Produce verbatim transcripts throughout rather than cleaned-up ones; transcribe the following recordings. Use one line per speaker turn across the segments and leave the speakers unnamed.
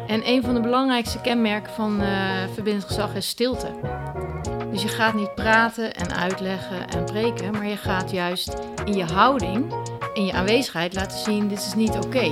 En een van de belangrijkste kenmerken van uh, verbindend gezag is stilte. Dus je gaat niet praten en uitleggen en preken, maar je gaat juist in je houding, in je aanwezigheid laten zien, dit is niet oké. Okay.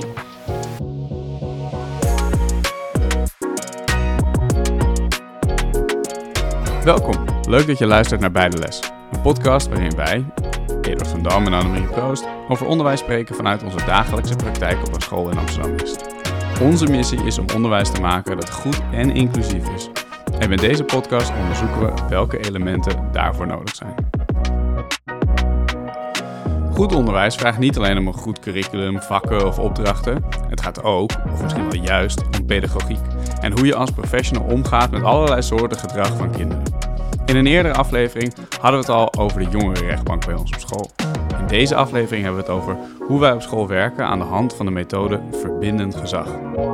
Welkom, leuk dat je luistert naar Bij de Les. Een podcast waarin wij, Eduard van Dam en Annemarie Proost, over onderwijs spreken vanuit onze dagelijkse praktijk op een school in Amsterdam-West. Onze missie is om onderwijs te maken dat goed en inclusief is. En met deze podcast onderzoeken we welke elementen daarvoor nodig zijn. Goed onderwijs vraagt niet alleen om een goed curriculum, vakken of opdrachten. Het gaat ook, of misschien wel juist, om pedagogiek. En hoe je als professional omgaat met allerlei soorten gedrag van kinderen. In een eerdere aflevering hadden we het al over de jongerenrechtbank bij ons op school. In deze aflevering hebben we het over hoe wij op school werken aan de hand van de methode verbindend gezag.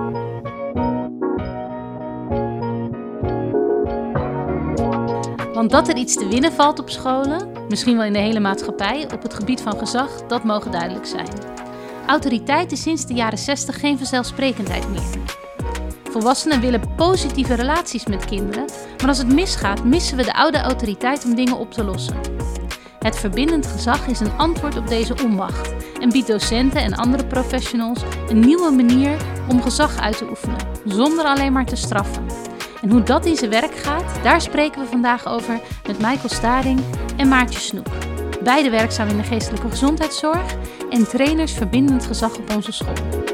Want dat er iets te winnen valt op scholen, misschien wel in de hele maatschappij, op het gebied van gezag, dat mogen duidelijk zijn. Autoriteit is sinds de jaren zestig geen vanzelfsprekendheid meer. Volwassenen willen positieve relaties met kinderen, maar als het misgaat, missen we de oude autoriteit om dingen op te lossen. Het verbindend gezag is een antwoord op deze onmacht en biedt docenten en andere professionals een nieuwe manier om gezag uit te oefenen, zonder alleen maar te straffen. En hoe dat in zijn werk gaat, daar spreken we vandaag over met Michael Staring en Maartje Snoek. Beide werkzaam in de geestelijke gezondheidszorg en trainers verbindend gezag op onze school.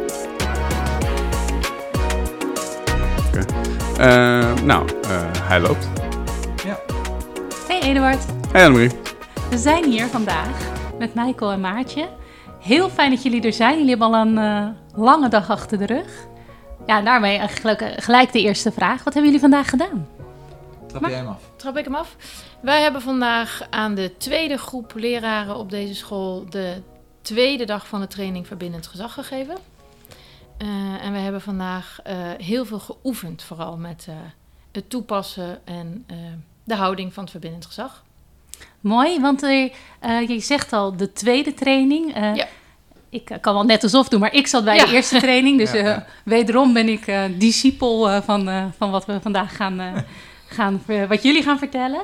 Uh, nou, uh, hij loopt.
Ja. Hey Eduard.
Hey Annemarie.
We zijn hier vandaag met Michael en Maartje. Heel fijn dat jullie er zijn. Jullie hebben al een uh, lange dag achter de rug. Ja, daarmee eigenlijk gelijk de eerste vraag. Wat hebben jullie vandaag gedaan?
Trap jij hem af?
Trap ik hem af? Wij hebben vandaag aan de tweede groep leraren op deze school de tweede dag van de training verbindend gezag gegeven. Uh, en we hebben vandaag uh, heel veel geoefend, vooral met uh, het toepassen en uh, de houding van het verbindend gezag.
Mooi, want uh, uh, je zegt al de tweede training. Uh,
ja.
Ik uh, kan wel net alsof doen, maar ik zat bij ja. de eerste training. Dus uh, ja, ja. wederom ben ik uh, discipel uh, van, uh, van wat we vandaag gaan, uh, gaan uh, wat jullie gaan vertellen.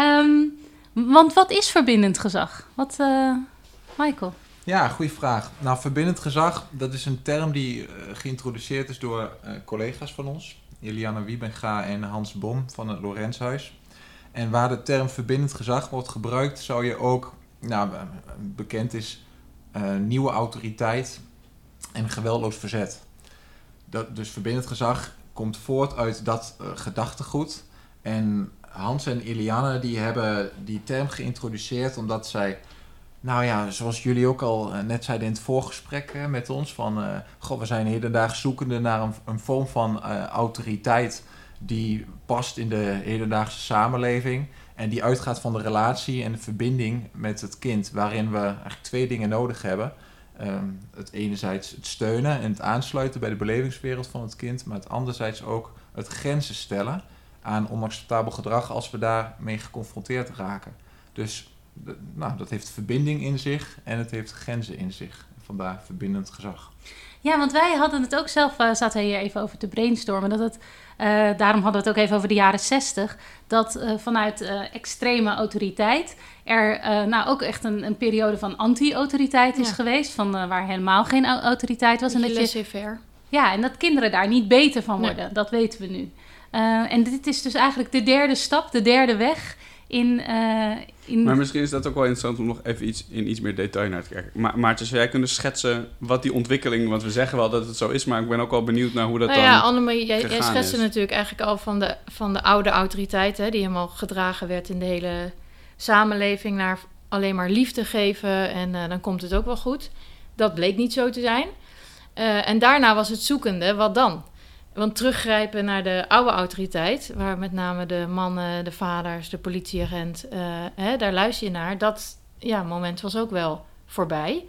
Um, want wat is verbindend gezag? Wat, uh, Michael?
Ja, goede vraag. Nou, verbindend gezag, dat is een term die uh, geïntroduceerd is door uh, collega's van ons. Juliana Wiebenga en Hans Bom van het Lorenzhuis. En waar de term verbindend gezag wordt gebruikt, zou je ook, nou, bekend is, uh, nieuwe autoriteit en geweldloos verzet. Dat, dus verbindend gezag komt voort uit dat uh, gedachtegoed. En Hans en Juliana die hebben die term geïntroduceerd omdat zij... Nou ja, zoals jullie ook al net zeiden in het voorgesprek hè, met ons, van uh, goh, we zijn hedendaags zoekende naar een, een vorm van uh, autoriteit die past in de hedendaagse samenleving en die uitgaat van de relatie en de verbinding met het kind, waarin we eigenlijk twee dingen nodig hebben. Um, het enerzijds het steunen en het aansluiten bij de belevingswereld van het kind, maar het anderzijds ook het grenzen stellen aan onacceptabel gedrag als we daarmee geconfronteerd raken. Dus nou, dat heeft verbinding in zich en het heeft grenzen in zich. Vandaar verbindend gezag.
Ja, want wij hadden het ook zelf, uh, zaten hier even over te brainstormen. Dat het, uh, daarom hadden we het ook even over de jaren zestig. Dat uh, vanuit uh, extreme autoriteit er uh, nou ook echt een, een periode van anti-autoriteit is ja. geweest. Van, uh, waar helemaal geen autoriteit was.
En
dat je
laissez-faire.
Ja, en dat kinderen daar niet beter van worden.
Nee.
Dat weten we nu. Uh, en dit is dus eigenlijk de derde stap, de derde weg... In, uh, in...
Maar misschien is dat ook wel interessant om nog even iets, in iets meer detail naar te kijken. Ma- Maartje, zou jij kunnen schetsen wat die ontwikkeling... Want we zeggen wel dat het zo is, maar ik ben ook wel benieuwd naar hoe dat
nou
dan
ja, Annemarie, jij, jij schetste
is.
natuurlijk eigenlijk al van de, van de oude autoriteit... Hè, die helemaal gedragen werd in de hele samenleving... naar alleen maar liefde geven en uh, dan komt het ook wel goed. Dat bleek niet zo te zijn. Uh, en daarna was het zoekende, wat dan? Want teruggrijpen naar de oude autoriteit, waar met name de mannen, de vaders, de politieagent, uh, hè, daar luister je naar. Dat ja, moment was ook wel voorbij.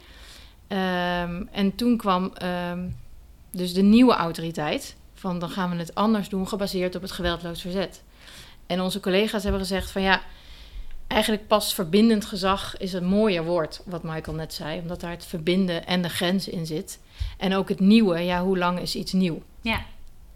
Um, en toen kwam um, dus de nieuwe autoriteit, van dan gaan we het anders doen, gebaseerd op het geweldloos verzet. En onze collega's hebben gezegd van ja, eigenlijk past verbindend gezag is een mooier woord, wat Michael net zei, omdat daar het verbinden en de grens in zit. En ook het nieuwe, ja, hoe lang is iets nieuw?
Ja.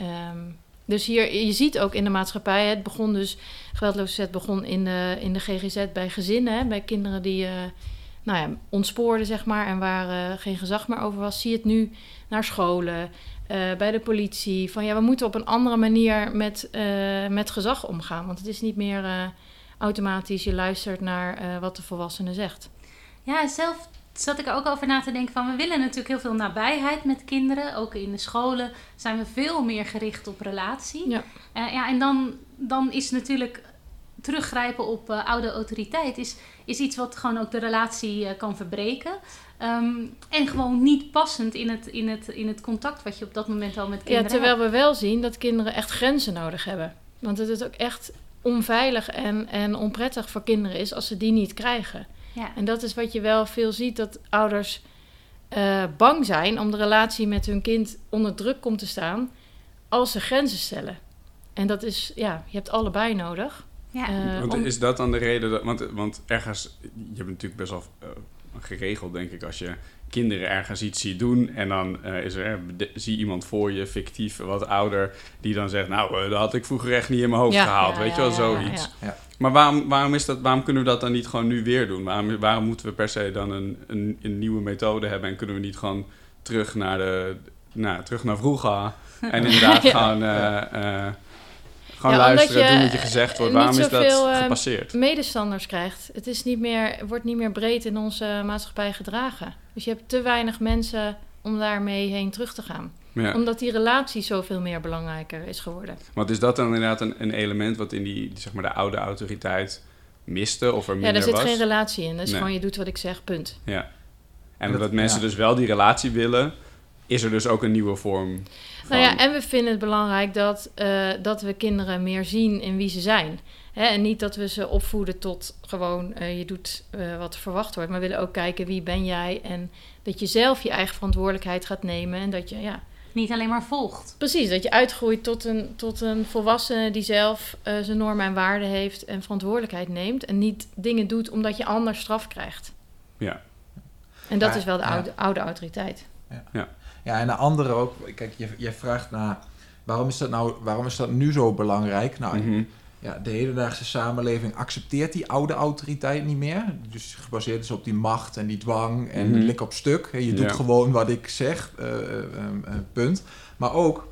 Um, dus hier, je ziet ook in de maatschappij, het begon dus, geweldloos verzet begon in de, in de G G Z bij gezinnen, hè, bij kinderen die uh, nou ja, ontspoorden, zeg maar, en waar uh, geen gezag meer over was. Zie je het nu naar scholen, uh, bij de politie, van ja, we moeten op een andere manier met, uh, met gezag omgaan, want het is niet meer uh, automatisch, je luistert naar uh, wat de volwassene zegt.
Ja, zelf zat ik er ook over na te denken van, we willen natuurlijk heel veel nabijheid met kinderen. Ook in de scholen zijn we veel meer gericht op relatie. Ja. Uh, ja, en dan, dan is natuurlijk teruggrijpen op uh, oude autoriteit is, is iets wat gewoon ook de relatie uh, kan verbreken. Um, en gewoon niet passend in het, in, het, in het contact wat je op dat moment al met kinderen
hebt. Ja, terwijl
hebt.
we wel zien dat kinderen echt grenzen nodig hebben. Want het is ook echt onveilig en, en onprettig voor kinderen is als ze die niet krijgen. Ja. En dat is wat je wel veel ziet, dat ouders uh, bang zijn om de relatie met hun kind onder druk komt te staan als ze grenzen stellen. En dat is, ja, je hebt allebei nodig.
Ja.
Uh, want om... Is dat dan de reden, dat, want, want ergens, je hebt natuurlijk best wel uh, geregeld, denk ik, als je kinderen ergens iets ziet doen en dan uh, is er, de, zie iemand voor je, fictief, wat ouder, die dan zegt, nou, uh, dat had ik vroeger echt niet in mijn hoofd ja, gehaald, ja, weet ja, je wel, ja, zoiets. Ja, ja. Maar waarom, waarom, is dat, waarom kunnen we dat dan niet gewoon nu weer doen? Waarom, waarom moeten we per se dan een, een, een nieuwe methode hebben en kunnen we niet gewoon terug naar, de, nou, terug naar vroeger en inderdaad ja. gewoon... Uh, uh, Gewoon ja, luisteren, doen wat je gezegd wordt. Waarom is dat gepasseerd?
Medestanders krijgt. Het is niet meer, wordt niet meer breed in onze maatschappij gedragen. Dus je hebt te weinig mensen om daarmee heen terug te gaan. Ja. Omdat die relatie zoveel meer belangrijker is geworden.
Want is dat dan inderdaad een, een element wat in die, zeg maar, de oude autoriteit miste? Of er minder
ja, daar zit
was?
geen relatie in. Dat is nee. gewoon je doet wat ik zeg, punt.
Ja. En omdat mensen ja. dus wel die relatie willen, is er dus ook een nieuwe vorm van...
Nou ja, en we vinden het belangrijk dat, uh, dat we kinderen meer zien in wie ze zijn. Hè? En niet dat we ze opvoeden tot gewoon uh, je doet uh, wat verwacht wordt. Maar we willen ook kijken wie ben jij en dat je zelf je eigen verantwoordelijkheid gaat nemen. En dat je, ja...
Niet alleen maar volgt.
Precies, dat je uitgroeit tot een, tot een volwassene die zelf uh, zijn normen en waarden heeft en verantwoordelijkheid neemt. En niet dingen doet omdat je anders straf krijgt.
Ja.
En dat
ja,
is wel de oude,
ja.
oude autoriteit.
Ja. Ja. Ja, en de andere ook. Kijk, je, je vraagt naar waarom is dat nou, waarom is dat nu zo belangrijk? Nou, mm-hmm. ja, de hedendaagse samenleving accepteert die oude autoriteit niet meer. Dus gebaseerd is op die macht en die dwang en mm-hmm. lik op stuk. Je doet ja. gewoon wat ik zeg, uh, uh, uh, punt. Maar ook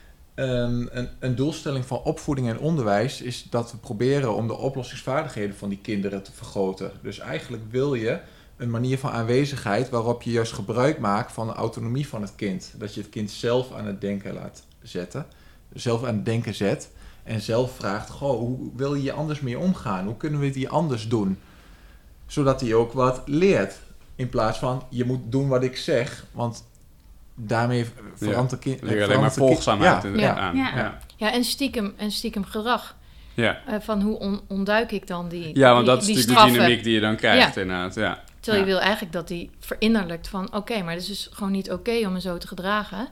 um, een, een doelstelling van opvoeding en onderwijs is dat we proberen om de oplossingsvaardigheden van die kinderen te vergroten. Dus eigenlijk wil je een manier van aanwezigheid waarop je juist gebruik maakt van de autonomie van het kind. Dat je het kind zelf aan het denken laat zetten. Zelf aan het denken zet. En zelf vraagt, goh, hoe wil je hier anders mee omgaan? Hoe kunnen we het hier anders doen? Zodat hij ook wat leert. In plaats van, je moet doen wat ik zeg. Want daarmee verandert het kind...
Leer alleen maar volgzaamheid
ja.
ja.
aan. Ja, ja. ja en, stiekem, en stiekem gedrag. Ja. Uh, van hoe on, ontduik ik dan die
Ja, want
die,
dat is natuurlijk de dynamiek die je dan krijgt ja. inderdaad. Ja.
Terwijl
ja.
je wil eigenlijk dat die verinnerlijkt van... oké, okay, maar het is dus gewoon niet oké okay om me zo te gedragen.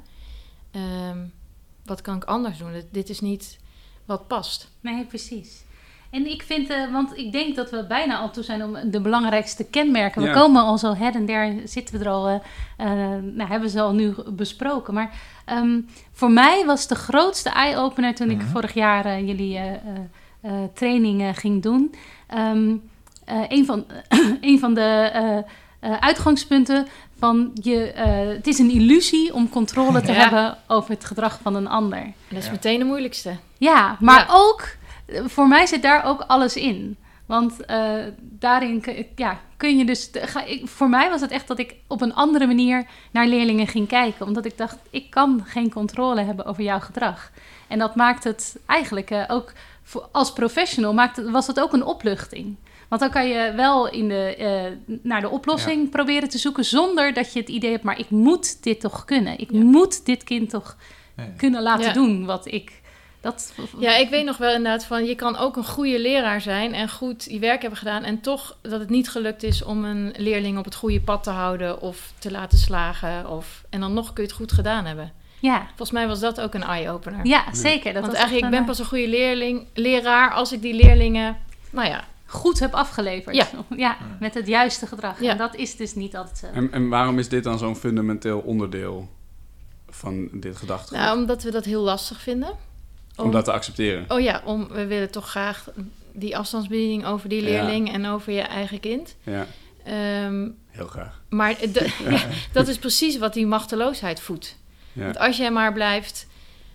Um, wat kan ik anders doen? Dit, dit is niet wat past.
Nee, precies. En ik vind, uh, want ik denk dat we bijna al toe zijn om de belangrijkste kenmerken. We ja. komen al zo her en der, zitten we er al, uh, uh, nou hebben ze al nu besproken. Maar um, voor mij was de grootste eye-opener toen mm-hmm. ik vorig jaar uh, jullie uh, uh, uh, trainingen ging doen. Um, uh, een, van, een van de uh, uh, uitgangspunten van je, uh, het is een illusie om controle te ja. hebben over het gedrag van een ander. En
dat is ja. meteen de moeilijkste.
Ja, maar ja. ook... Voor mij zit daar ook alles in. Want uh, daarin ja, kun je dus... Ga, ik, voor mij was het echt dat ik op een andere manier naar leerlingen ging kijken. Omdat ik dacht, ik kan geen controle hebben over jouw gedrag. En dat maakt het eigenlijk uh, ook... Voor, als professional maakt het, was het ook een opluchting. Want dan kan je wel in de, uh, naar de oplossing ja. proberen te zoeken... zonder dat je het idee hebt, maar ik moet dit toch kunnen. Ik ja. moet dit kind toch ja. kunnen laten ja. doen wat ik... Dat...
Ja, ik weet nog wel inderdaad van... je kan ook een goede leraar zijn en goed je werk hebben gedaan... en toch dat het niet gelukt is om een leerling op het goede pad te houden... of te laten slagen. Of, en dan nog kun je het goed gedaan hebben.
Ja.
Volgens mij was dat ook een eye-opener.
Ja, zeker. Dat
Want
was
eigenlijk,
ik
ben pas een goede leerling, leraar... als ik die leerlingen, nou ja...
goed heb afgeleverd.
Ja.
ja, met het juiste gedrag.
Ja.
En dat is dus niet altijd zo.
En, en waarom is dit dan zo'n fundamenteel onderdeel... van dit gedachtegoed?
Nou, omdat we dat heel lastig vinden.
Om, om dat te accepteren?
Oh ja, om, we willen toch graag die afstandsbediening over die leerling ja. en over je eigen kind.
Ja.
Um,
heel graag.
Maar d- ja, dat is precies wat die machteloosheid voedt. Ja. Want als jij maar blijft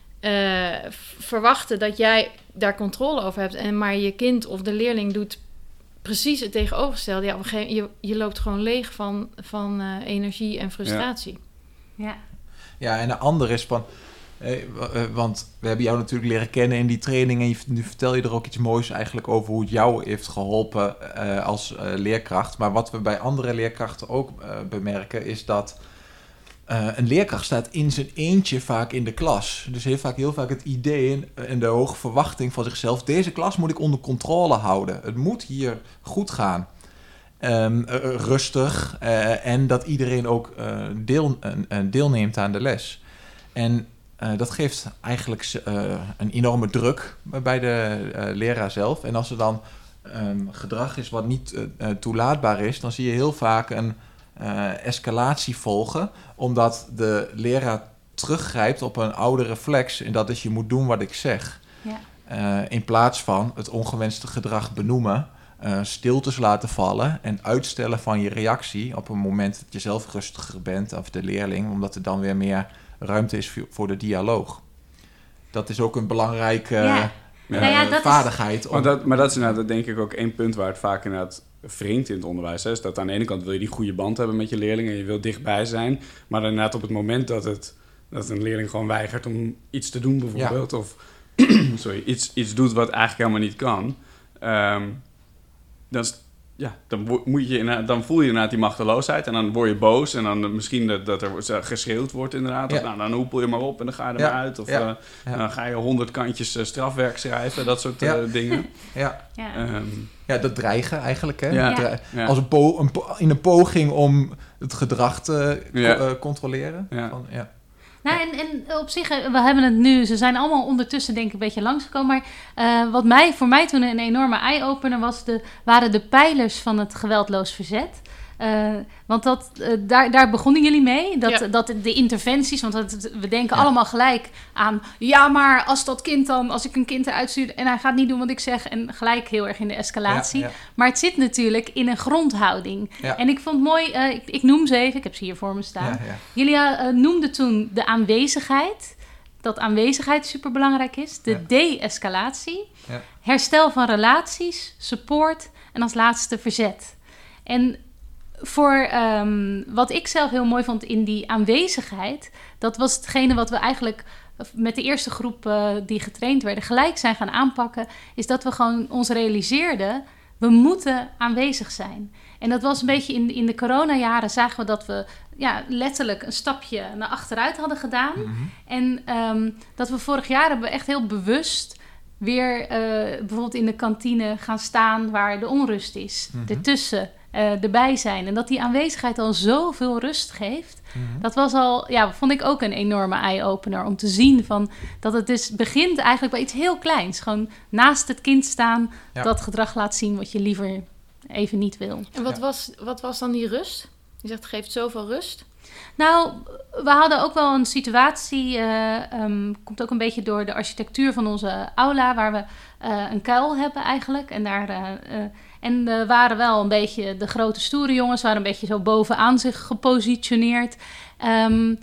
uh, verwachten dat jij daar controle over hebt... en maar je kind of de leerling doet precies het tegenovergestelde... Ja, op een gegeven, je, je loopt gewoon leeg van, van uh, energie en frustratie.
Ja. ja.
Ja, en de andere is van... Eh, want we hebben jou natuurlijk leren kennen in die training... en je, nu vertel je er ook iets moois eigenlijk over... hoe het jou heeft geholpen uh, als uh, leerkracht. Maar wat we bij andere leerkrachten ook uh, bemerken... is dat uh, een leerkracht staat in zijn eentje vaak in de klas. Dus heeft vaak heel vaak het idee en de hoge verwachting van zichzelf... deze klas moet ik onder controle houden. Het moet hier goed gaan. Um, uh, rustig uh, en dat iedereen ook uh, deel, uh, deelneemt aan de les. En... Uh, dat geeft eigenlijk uh, een enorme druk bij de uh, leraar zelf. En als er dan um, gedrag is wat niet uh, uh, toelaatbaar is... dan zie je heel vaak een uh, escalatie volgen... omdat de leraar teruggrijpt op een oude reflex... en dat is je moet doen wat ik zeg. Ja. Uh, in plaats van het ongewenste gedrag benoemen... Uh, stiltes laten vallen en uitstellen van je reactie... op een moment dat je zelf rustiger bent of de leerling... omdat er dan weer meer... ruimte is voor de dialoog. Dat is ook een belangrijke ja. uh, nou ja, dat vaardigheid.
Is... Om... Maar, dat, maar dat is inderdaad denk ik ook één punt waar het vaak inderdaad wringt in het onderwijs. Hè? Is dat aan de ene kant wil je die goede band hebben met je leerlingen... en je wil dichtbij zijn. Maar inderdaad op het moment dat, het, dat een leerling gewoon weigert om iets te doen bijvoorbeeld... Ja. of sorry, iets, iets doet wat eigenlijk helemaal niet kan... Um, dan is Ja, dan, moet je, dan voel je inderdaad die machteloosheid en dan word je boos en dan misschien dat, dat er geschreeuwd wordt inderdaad. Ja. Of, nou, dan hoepel je maar op en dan ga je er ja. maar uit. Of ja. Uh, ja. dan ga je honderd kantjes uh, strafwerk schrijven, dat soort ja. uh, dingen.
Ja.
Ja.
Um, ja, dat dreigen eigenlijk. Hè?
Ja.
Dre-
ja.
Als een, po- een po- in een poging om het gedrag te ja. co- uh, controleren.
Ja.
Van, ja.
Nou, en, en op zich, we hebben het nu, ze zijn allemaal ondertussen denk ik een beetje langsgekomen. Maar uh, wat mij, voor mij toen een enorme eye-opener was, de, waren de pijlers van het geweldloos verzet. Uh, want dat, uh, daar, daar begonnen jullie mee. Dat, ja. dat de interventies, want dat, we denken ja. allemaal gelijk aan... ja, maar als dat kind dan, als ik een kind eruit stuur... en hij gaat niet doen wat ik zeg... en gelijk heel erg in de escalatie. Ja, ja. Maar het zit natuurlijk in een grondhouding. Ja. En ik vond het mooi, uh, ik, ik noem ze even... ik heb ze hier voor me staan. Ja, ja. Jullie uh, noemden toen de aanwezigheid... dat aanwezigheid superbelangrijk is. De ja. de-escalatie. Ja. Herstel van relaties, support... en als laatste verzet. En... Voor um, wat ik zelf heel mooi vond in die aanwezigheid... dat was hetgene wat we eigenlijk met de eerste groep uh, die getraind werden... gelijk zijn gaan aanpakken... is dat we gewoon ons realiseerden... we moeten aanwezig zijn. En dat was een beetje in, in de coronajaren... zagen we dat we ja, letterlijk een stapje naar achteruit hadden gedaan. Mm-hmm. En um, dat we vorig jaar hebben we echt heel bewust... weer uh, bijvoorbeeld in de kantine gaan staan waar de onrust is. Mm-hmm. Ertussen... Uh, erbij zijn. En dat die aanwezigheid al zoveel rust geeft. Mm-hmm. Dat was al, ja, vond ik ook een enorme eye-opener. Om te zien van dat het dus begint eigenlijk bij iets heel kleins. Gewoon naast het kind staan. Ja. Dat gedrag laat zien wat je liever even niet wil.
En wat,
ja.
was, wat was dan die rust? Je zegt het geeft zoveel rust.
Nou, we hadden ook wel een situatie, uh, um, komt ook een beetje door de architectuur van onze aula, waar we uh, een kuil hebben eigenlijk. En daar uh, uh, en uh, waren wel een beetje de grote stoere jongens, waren een beetje zo bovenaan zich gepositioneerd. Um,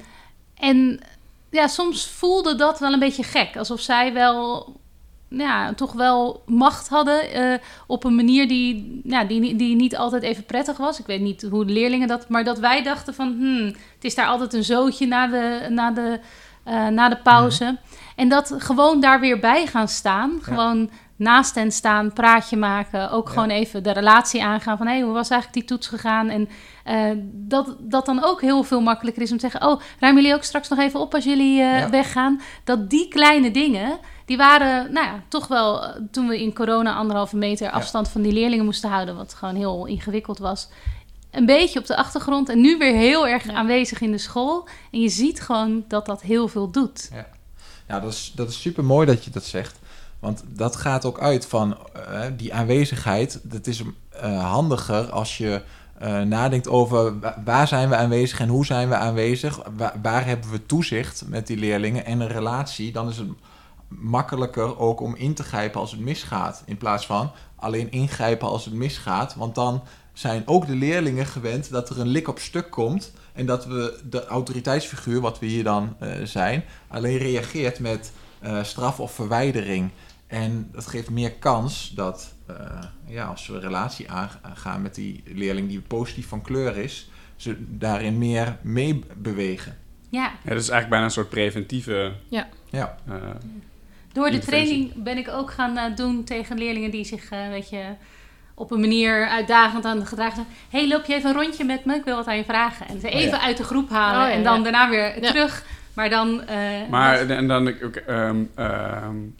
en ja, soms voelde dat wel een beetje gek, alsof zij wel... ja, toch wel macht hadden uh, op een manier die, ja, die, die niet altijd even prettig was. Ik weet niet hoe de leerlingen dat... maar dat wij dachten van... Hmm, het is daar altijd een zootje na de, na de, uh, na de pauze. Mm-hmm. En dat gewoon daar weer bij gaan staan. Ja. Gewoon naast hen staan, praatje maken. Ook ja. gewoon even de relatie aangaan van... hé, hey, hoe was eigenlijk die toets gegaan? En uh, dat, dat dan ook heel veel makkelijker is om te zeggen... oh, ruimen jullie ook straks nog even op als jullie uh, ja. weggaan? Dat die kleine dingen... die waren, nou ja, toch wel... toen we in corona anderhalve meter afstand ja. van die leerlingen moesten houden... wat gewoon heel ingewikkeld was... een beetje op de achtergrond... en nu weer heel erg ja. aanwezig in de school. En je ziet gewoon dat dat heel veel doet.
Ja, ja dat is, dat is super mooi dat je dat zegt... Want dat gaat ook uit van uh, die aanwezigheid. Het is uh, handiger als je uh, nadenkt over wa- waar zijn we aanwezig en hoe zijn we aanwezig, waar, waar hebben we toezicht met die leerlingen en een relatie, dan is het makkelijker ook om in te grijpen als het misgaat, in plaats van alleen ingrijpen als het misgaat, want dan zijn ook de leerlingen gewend dat er een lik op stuk komt en dat we de autoriteitsfiguur, wat we hier dan uh, zijn, alleen reageert met uh, straf of verwijdering. En dat geeft meer kans dat, uh, ja, als we een relatie aangaan met die leerling die positief van kleur is, ze daarin meer meebewegen.
Ja.
Ja, dat is eigenlijk bijna een soort preventieve...
Ja.
Ja.
Uh,
Door de
interventie.
training ben ik ook gaan uh, doen tegen leerlingen die zich, uh, weet je, op een manier uitdagend aan het gedragen zijn. Hé, hey, loop je even een rondje met me? Ik wil wat aan je vragen. En ze even
Oh, ja.
uit de groep halen
Oh, ja,
en dan
ja.
daarna weer
Ja.
terug. Maar dan... Uh,
Maar
dat-
en dan, oké, um, um,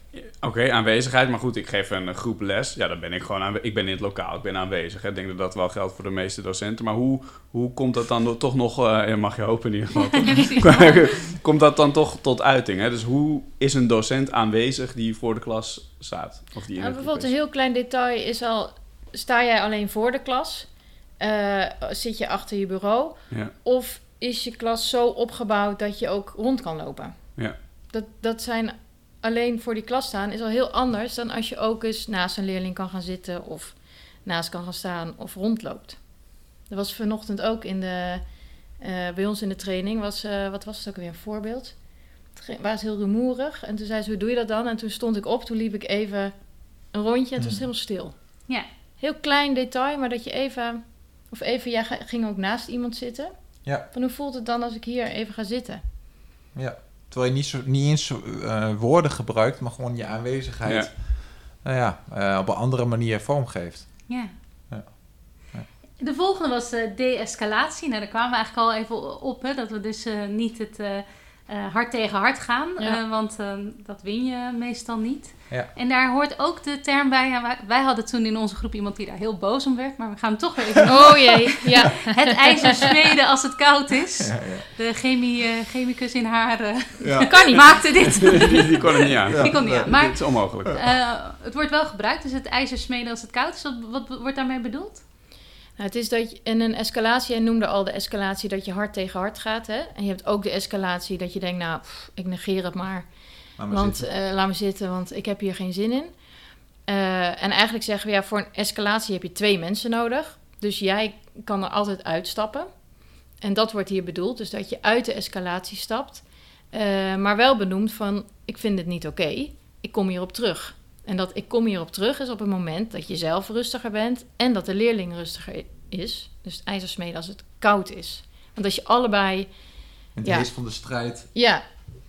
oké, aanwezigheid. Maar goed, ik geef een groep les. Ja, dan ben ik gewoon aanwezig. Ik ben in het lokaal, ik ben aanwezig. Hè. Ik denk dat dat wel geldt voor de meeste docenten. Maar hoe, hoe komt dat dan toch nog... Uh, ja, mag je hopen in ieder geval.
Precies.
Komt dat dan toch tot uiting? Hè? Dus hoe is een docent aanwezig die voor de klas staat? Of die in
Nou,
het
bijvoorbeeld
groep
een
is?
heel klein detail is al... Sta jij alleen voor de klas? Uh, zit je achter je bureau?
Ja.
Of is je klas zo opgebouwd dat je ook rond kan lopen?
Ja.
Dat, dat zijn alleen voor die klas staan is al heel anders dan als je ook eens naast een leerling kan gaan zitten of naast kan gaan staan of rondloopt. Dat was vanochtend ook in de, uh, bij ons in de training. Was, uh, wat was het ook weer een voorbeeld? Het ging, was heel rumoerig en toen zei ze, hoe doe je dat dan? En toen stond ik op, toen liep ik even een rondje en toen was het helemaal stil.
Ja.
Heel klein detail, maar dat je even... Of even, jij ging ook naast iemand zitten.
Ja.
Van hoe voelt het dan als ik hier even ga zitten?
Ja. Terwijl je niet, zo, niet eens uh, woorden gebruikt, maar gewoon je aanwezigheid
Ja.
Nou ja, uh, op een andere manier vormgeeft.
Ja.
Ja. Ja.
De volgende was uh, de-escalatie. Nou, daar kwamen we eigenlijk al even op. Hè, dat we dus uh, niet het uh, uh, hard tegen hard gaan.
Ja.
Uh, want uh, dat win je meestal niet.
Ja.
En daar hoort ook de term bij. Ja, wij, wij hadden toen in onze groep iemand die daar heel boos om werd. Maar we gaan hem toch weer even...
Oh jee, ja.
Het ijzer smeden als het koud is.
Ja, ja.
De chemie, uh, chemicus in haar uh,
Ja.
Kan niet.
maakte dit.
die, die kon er niet aan.
Ja.
Die kon niet aan. Maar
Dit is onmogelijk.
uh, het wordt wel gebruikt. Dus het ijzer smeden als het koud is. Wat, wat wordt daarmee bedoeld?
Nou, het is dat je in een escalatie, jij noemde al de escalatie dat je hard tegen hard gaat. Hè? En je hebt ook de escalatie dat je denkt, nou, pff, ik negeer het maar.
Laat maar
Want
zitten.
uh, laat me zitten, want ik heb hier geen zin in. Uh, en eigenlijk zeggen we, ja, voor een escalatie heb je twee mensen nodig. Dus jij kan er altijd uitstappen. En dat wordt hier bedoeld, dus dat je uit de escalatie stapt. Uh, maar wel benoemd van, ik vind het niet oké, okay, ik kom hierop terug. En dat ik kom hierop terug is op het moment dat je zelf rustiger bent en dat de leerling rustiger is. Dus het ijzer smeden als het koud is. Want als je allebei...
In het
ja.
heest van de strijd.
Ja,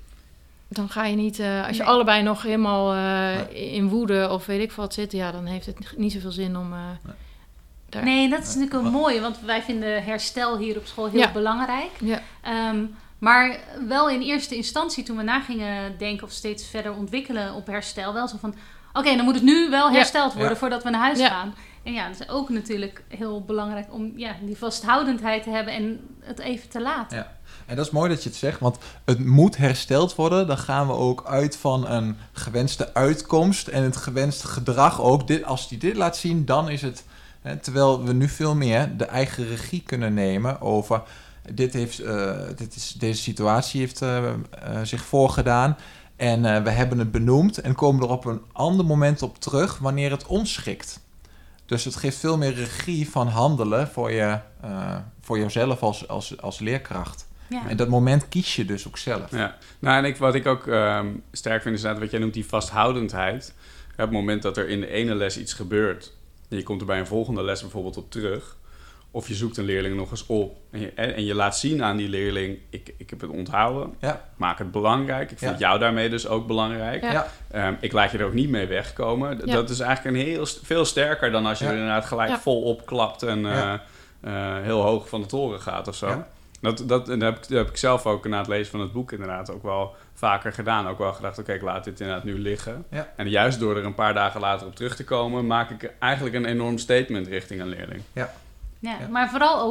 dan ga je niet... Uh, als je
Nee.
allebei nog helemaal uh,
Nee.
in woede of weet ik veel wat zit... ja, dan heeft het niet zoveel zin om... Uh,
Nee.
daar...
Nee, dat is natuurlijk een
Wat-
mooie. Want wij vinden herstel hier op school heel
Ja.
belangrijk.
Ja.
Um, maar wel in eerste instantie, toen we na gingen denken of steeds verder ontwikkelen op herstel, wel zo van, oké, okay, dan moet het nu wel
Ja.
hersteld worden
Ja.
voordat we naar huis
Ja.
gaan. En ja, dat is ook natuurlijk heel belangrijk om ja, die vasthoudendheid te hebben en het even te laten.
Ja. En dat is mooi dat je het zegt, want het moet hersteld worden. Dan gaan we ook uit van een gewenste uitkomst en het gewenste gedrag ook. Dit, als die dit laat zien, dan is het... Hè, terwijl we nu veel meer de eigen regie kunnen nemen over... Dit heeft, uh, dit is, deze situatie heeft uh, uh, zich voorgedaan en uh, we hebben het benoemd en komen er op een ander moment op terug wanneer het ons schikt. Dus het geeft veel meer regie van handelen voor, je, uh, voor jezelf als, als, als leerkracht.
Ja.
En dat moment kies je dus ook zelf.
Ja, nou en ik, wat ik ook um, sterk vind is dat wat jij noemt die vasthoudendheid. Op het moment dat er in de ene les iets gebeurt en je komt er bij een volgende les bijvoorbeeld op terug, of je zoekt een leerling nog eens op en je, en je laat zien aan die leerling, ik, ik heb het onthouden,
Ja.
maak het belangrijk, ik vind
Ja.
jou daarmee dus ook belangrijk.
Ja.
Ja.
Um, ik laat je er ook niet mee wegkomen. D-
Ja.
Dat is eigenlijk een heel, st- veel sterker dan als je
Ja.
er inderdaad gelijk
Ja.
vol opklapt en uh,
Ja.
uh, heel hoog van de toren gaat of zo.
Ja.
Dat, dat, en dat, heb ik, dat heb ik zelf ook na het lezen van het boek inderdaad ook wel vaker gedaan. Ook wel gedacht, oké, okay, ik laat dit inderdaad nu liggen.
Ja.
En juist door er een paar dagen later op terug te komen, maak ik eigenlijk een enorm statement richting een leerling.
Ja,
Ja.
maar vooral ook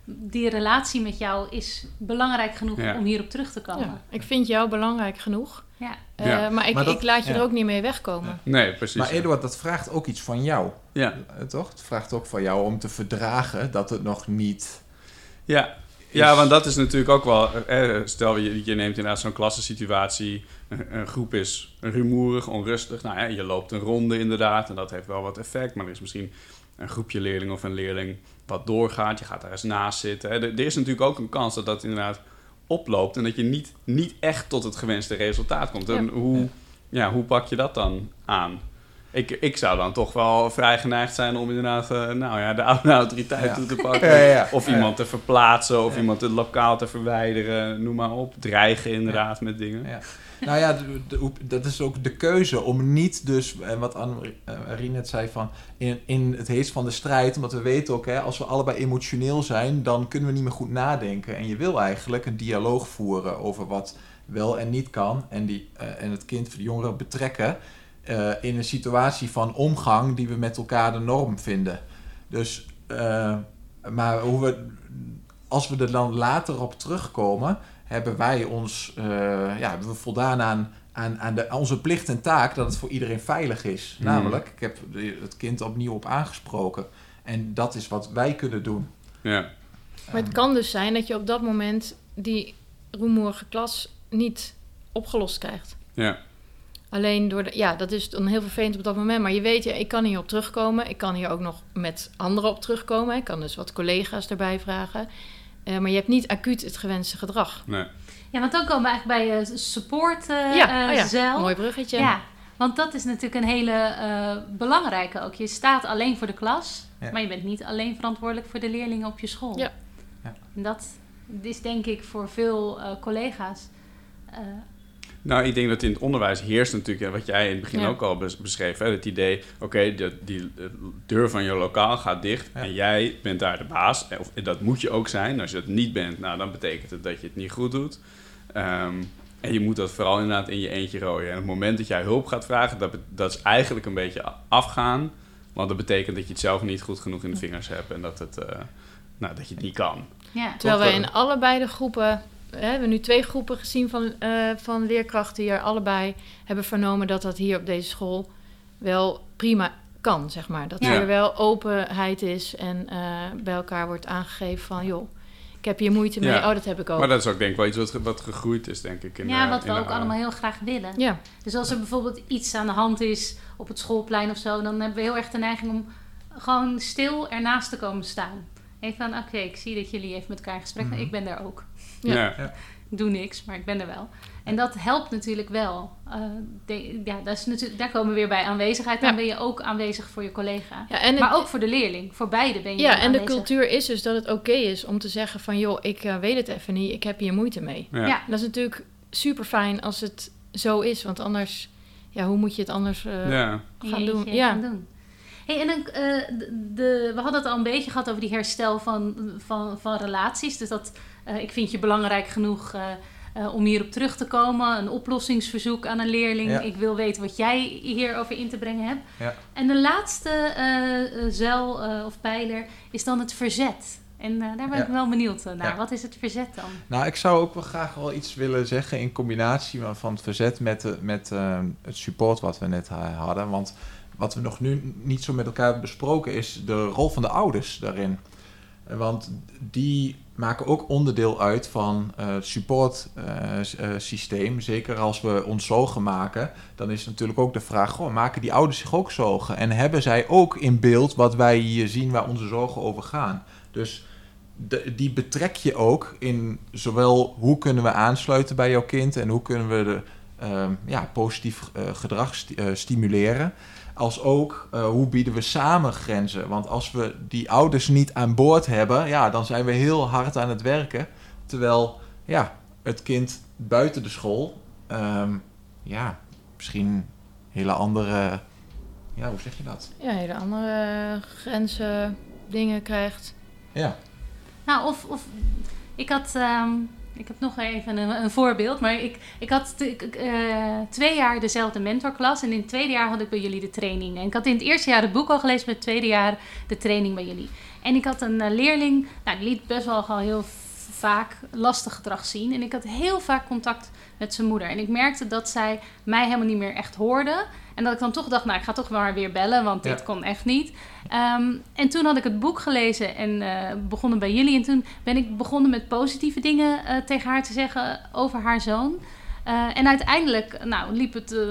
die relatie met jou is belangrijk genoeg
Ja.
om hierop terug te komen.
Ja, ik vind jou belangrijk genoeg.
Ja.
Uh,
Ja.
Maar, ik,
Maar dat-
ik laat je
ja.
er ook niet mee wegkomen.
Ja.
Nee, precies.
Maar Eduard, dat vraagt ook iets van jou,
Ja,
eh, toch? Het vraagt ook van jou om te verdragen dat het nog niet...
ja. ja, want dat is natuurlijk ook wel... Eh, stel, je, je neemt inderdaad zo'n klassensituatie. Een, een groep is rumoerig, onrustig. Nou ja, je loopt een ronde inderdaad en dat heeft wel wat effect. Maar er is misschien een groepje leerling of een leerling wat doorgaat. Je gaat daar eens naast zitten. Hè. Er, er is natuurlijk ook een kans dat dat inderdaad oploopt... en dat je niet, niet echt tot het gewenste resultaat komt. En
Ja.
hoe, ja, hoe pak je dat dan aan? Ik, ik zou dan toch wel vrij geneigd zijn om inderdaad... Uh, nou ja, de oude autoriteit
Ja.
toe te pakken.
Ja, ja, ja.
Of
Ja.
iemand te verplaatsen, of
Ja.
iemand het lokaal te verwijderen. Noem maar op. Dreigen inderdaad met dingen.
Ja. Nou ja, de- de- dat is ook de keuze om niet dus, en wat Anne-Marie net zei, van in, in het heet van de strijd, omdat we weten ook, hè, als we allebei emotioneel zijn, dan kunnen we niet meer goed nadenken. En je wil eigenlijk een dialoog voeren over wat wel en niet kan, en, die, uh, en het kind, de jongeren betrekken uh, in een situatie van omgang die we met elkaar de norm vinden. Dus, uh, maar hoe we, als we er dan later op terugkomen, hebben wij ons uh, ja, hebben we voldaan aan, aan, aan de, onze plicht en taak dat het voor iedereen veilig is.
Hmm.
Namelijk, ik heb de- het kind opnieuw op aangesproken. En dat is wat wij kunnen doen.
Ja.
Maar het kan dus zijn dat je op dat moment die rumoerige klas niet opgelost krijgt.
Ja.
Alleen door de... Ja, dat is dan heel vervelend op dat moment. Maar je weet, ja, ik kan hier op terugkomen. Ik kan hier ook nog met anderen op terugkomen. Ik kan dus wat collega's erbij vragen. Uh, maar je hebt niet acuut het gewenste gedrag.
Nee.
Ja, want dan komen we eigenlijk bij uh, support uh,
ja,
uh,
oh ja,
zeil.
mooi bruggetje.
Ja, want dat is natuurlijk een hele uh, belangrijke ook. Je staat alleen voor de klas,
Ja.
maar je bent niet alleen verantwoordelijk voor de leerlingen op je school.
Ja.
Ja.
En dat is denk ik voor veel uh, collega's... Uh,
Nou, ik denk dat in het onderwijs heerst natuurlijk, wat jij in het begin
Ja.
ook al bes- beschreef, hè, het idee, oké, okay, die, die deur van je lokaal gaat dicht
Ja.
en jij bent daar de baas. Of, dat moet je ook zijn. Als je dat niet bent, nou, dan betekent het dat je het niet goed doet. Um, en je moet dat vooral inderdaad in je eentje rooien. En op het moment dat jij hulp gaat vragen, dat, be- dat is eigenlijk een beetje afgaan. Want dat betekent dat je het zelf niet goed genoeg in de vingers hebt en dat, het, uh, nou, dat je het niet kan.
ja.
Terwijl wij
Toch,
in allebei de groepen... We hebben nu twee groepen gezien van, uh, van leerkrachten die er allebei hebben vernomen dat dat hier op deze school wel prima kan, zeg maar. Dat
Ja.
er wel openheid is en uh, bij elkaar wordt aangegeven van, joh, ik heb hier moeite mee,
Ja.
oh, dat heb ik ook.
Maar dat is ook denk ik wel iets wat, ge- wat gegroeid is, denk ik. In
ja,
de,
wat we
in de,
ook allemaal heel graag willen.
Ja,
Dus als er bijvoorbeeld iets aan de hand is op het schoolplein of zo, dan hebben we heel erg de neiging om gewoon stil ernaast te komen staan. Even van, oké, okay, ik zie dat jullie even met elkaar in gesprek zijn,
Mhm.
ik ben daar ook.
Ja.
Ja.
Ja.
Ik doe niks, maar ik ben er wel. En dat helpt natuurlijk wel. Uh, de, ja, dat is natuurlijk, daar komen we weer bij aanwezigheid. Dan
Ja.
ben je ook aanwezig voor je collega.
ja en het-
Maar ook voor de leerling. Voor beide ben je
ja, en de
aanwezig.
cultuur is dus dat het oké is om te zeggen van, joh, ik uh, weet het even niet, ik heb hier moeite mee.
Ja.
Ja.
Dat is natuurlijk super fijn als het zo is, want anders, ja, hoe moet je het anders uh,
Ja.
in
gaan
je
doen?
eentje
Ja.
gaan doen. Hey, en dan, uh, de, de, we hadden het al een beetje gehad over die herstel van, van, van relaties. Dus dat, uh, ik vind je belangrijk genoeg uh, uh, om hierop terug te komen. Een oplossingsverzoek aan een leerling.
Ja.
Ik wil weten wat jij hierover in te brengen hebt.
Ja.
En de laatste uh, uh, zuil uh, of pijler is dan het verzet. En uh, daar ben
Ja.
ik wel benieuwd naar.
Ja.
Wat is het verzet dan?
Nou, ik zou ook wel graag wel iets willen zeggen in combinatie van het verzet met, de, met uh, het support wat we net uh, hadden. Want wat we nog nu niet zo met elkaar hebben besproken is de rol van de ouders daarin. Want die maken ook onderdeel uit van uh, het supportsysteem. Uh, uh, Zeker als we ons zorgen maken, dan is natuurlijk ook de vraag, goh, maken die ouders zich ook zorgen? En hebben zij ook in beeld wat wij hier zien waar onze zorgen over gaan? Dus de, die betrek je ook in zowel hoe kunnen we aansluiten bij jouw kind en hoe kunnen we de, uh, ja, positief uh, gedrag st- uh, stimuleren. Als ook, uh, hoe bieden we samen grenzen? Want als we die ouders niet aan boord hebben, ja, dan zijn we heel hard aan het werken. Terwijl, ja, het kind buiten de school, um, ja, misschien hele andere, ja, hoe zeg je dat?
Ja, hele andere grenzen, dingen krijgt.
Ja.
Nou, of, of ik had... Um... Ik heb nog even een, een voorbeeld, maar ik, ik had t- ik, uh, twee jaar dezelfde mentorklas en in het tweede jaar had ik bij jullie de training. En ik had in het eerste jaar het boek al gelezen, maar in het tweede jaar de training bij jullie. En ik had een uh, leerling, nou, die liet best wel al heel vaak lastig gedrag zien. En ik had heel vaak contact met zijn moeder. En ik merkte dat zij mij helemaal niet meer echt hoorde. En dat ik dan toch dacht, nou, ik ga toch maar weer bellen, want dit ja. kon echt niet. Um, en toen had ik het boek gelezen en uh, begonnen bij jullie. En toen ben ik begonnen met positieve dingen uh, tegen haar te zeggen over haar zoon. Uh, en uiteindelijk, nou, liep het... Uh,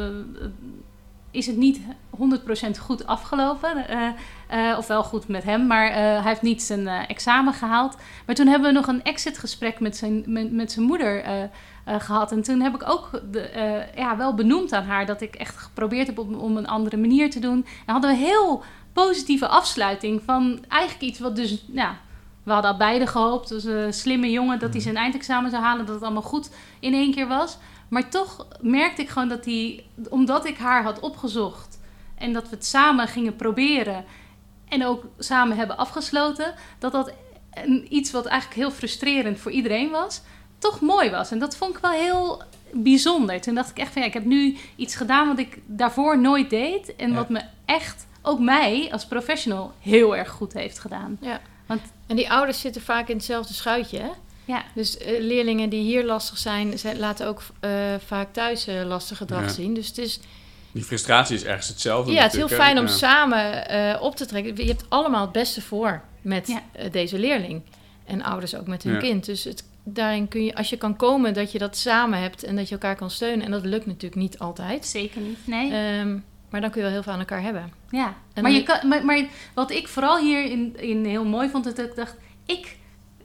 is het niet honderd procent goed afgelopen. Uh, uh, of wel goed met hem, maar uh, hij heeft niet zijn uh, examen gehaald. Maar toen hebben we nog een exitgesprek met zijn, met, met zijn moeder uh, uh, gehad. En toen heb ik ook de, uh, ja, wel benoemd aan haar dat ik echt geprobeerd heb om, om een andere manier te doen. En hadden we een heel positieve afsluiting van eigenlijk iets wat dus... Ja, we hadden al beide gehoopt, dus een slimme jongen, dat hij zijn eindexamen zou halen, dat het allemaal goed in één keer was. Maar toch merkte ik gewoon dat hij, omdat ik haar had opgezocht en dat we het samen gingen proberen en ook samen hebben afgesloten, dat dat een, iets wat eigenlijk heel frustrerend voor iedereen was, toch mooi was. En dat vond ik wel heel bijzonder. Toen dacht ik echt van ja, ik heb nu iets gedaan wat ik daarvoor nooit deed en ja. wat me echt, ook mij als professional, heel erg goed heeft gedaan.
Ja. Want, en die ouders zitten vaak in hetzelfde schuitje, hè?
Ja.
Dus uh, leerlingen die hier lastig zijn, zij laten ook uh, vaak thuis uh, lastig gedrag ja. zien. Dus het is...
Die frustratie is ergens hetzelfde.
Ja, het is heel fijn om
ja.
samen uh, op te trekken. Je hebt allemaal het beste voor met
ja.
uh, deze leerling. En ouders ook met hun
ja.
kind. Dus het, daarin kun je, als je kan komen dat je dat samen hebt en dat je elkaar kan steunen. En dat lukt natuurlijk niet altijd.
Zeker niet, nee.
Um, maar dan kun je wel heel veel aan elkaar hebben.
Ja, maar, je kan, maar, maar wat ik vooral hierin in heel mooi vond, dat ik dacht, ik...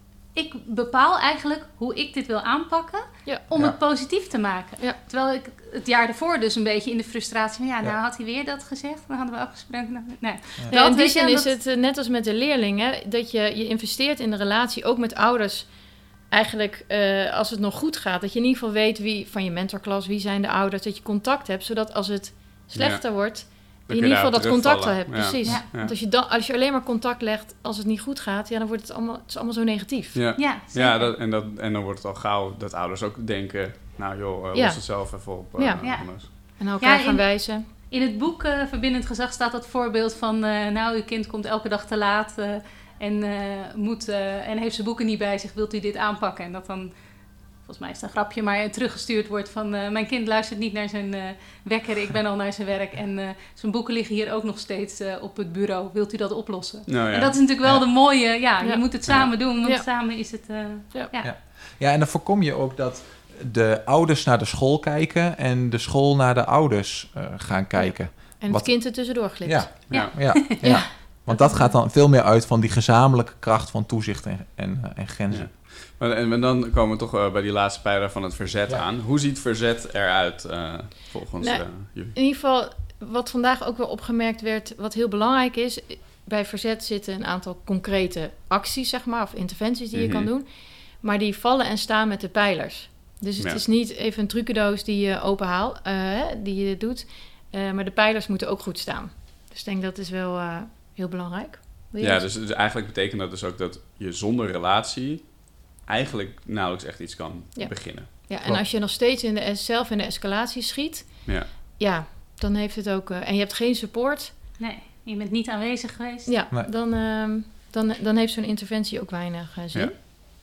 Ik bepaal eigenlijk hoe ik dit wil aanpakken
ja.
om
ja.
het positief te maken.
Ja.
Terwijl ik het jaar daarvoor dus een beetje in de frustratie van... ja, nou
ja.
had hij weer dat gezegd, dan hadden we afgesproken. Nou, nee.
ja. Ja, in die zin is het uh, net als met de leerlingen... dat je, je investeert in de relatie, ook met ouders... eigenlijk uh, als het nog goed gaat... dat je in ieder geval weet wie van je mentorklas... wie zijn de ouders, dat je contact hebt... zodat als het slechter ja. wordt... in ieder geval dat contact al hebt, ja. precies. Ja. Ja. Want als je, dan, als je alleen maar contact legt als het niet goed gaat... ja, dan wordt het allemaal, het is allemaal zo negatief.
Ja,
ja,
ja dat, en, dat, en dan wordt het al gauw dat ouders ook denken... nou joh, uh, ja. los het zelf even op. Uh,
ja.
ja.
En elkaar
ja,
gaan wijzen.
In het boek uh, Verbindend Gezag staat dat voorbeeld van... Uh, nou, uw kind komt elke dag te laat... Uh, en, uh, moet, uh, en heeft zijn boeken niet bij zich, wilt u dit aanpakken? En dat dan... Volgens mij is het een grapje, maar teruggestuurd wordt van... Uh, mijn kind luistert niet naar zijn uh, wekker, ik ben al naar zijn werk... en uh, zijn boeken liggen hier ook nog steeds uh, op het bureau. Wilt u dat oplossen?
Nou, ja.
En dat is natuurlijk wel
ja.
de mooie... Ja,
ja.
je moet het samen ja. doen, want
ja.
samen is het... Uh,
ja.
Ja.
Ja. ja, en dan voorkom je ook dat de ouders naar de school kijken... en de school naar de ouders uh, gaan kijken.
Ja. En het
Wat...
kind er tussendoor glipt.
Ja,
ja.
ja. ja. ja. ja. Want dat gaat dan veel meer uit van die gezamenlijke kracht van toezicht en, en, en grenzen.
Ja. Maar, en dan komen we toch uh, bij die laatste pijler van het verzet ja. aan. Hoe ziet verzet eruit uh, volgens
nou,
uh, jullie?
In ieder geval, wat vandaag ook wel opgemerkt werd... wat heel belangrijk is... bij verzet zitten een aantal concrete acties, zeg maar... of interventies die mm-hmm. je kan doen. Maar die vallen en staan met de pijlers. Dus het ja. is niet even een trucendoos die je openhaalt... Uh, die je doet. Uh, maar de pijlers moeten ook goed staan. Dus ik denk dat is wel uh, heel belangrijk.
Ja, dus, dus eigenlijk betekent dat dus ook dat je zonder relatie... eigenlijk nauwelijks echt iets kan ja. beginnen.
Ja, en Klopt. Als je nog steeds in de, zelf in de escalatie schiet... Ja, ja dan heeft het ook... Uh, en je hebt geen support...
Nee, je bent niet aanwezig geweest.
Ja,
nee.
dan, uh, dan, dan heeft zo'n interventie ook weinig uh, zin.
Ja.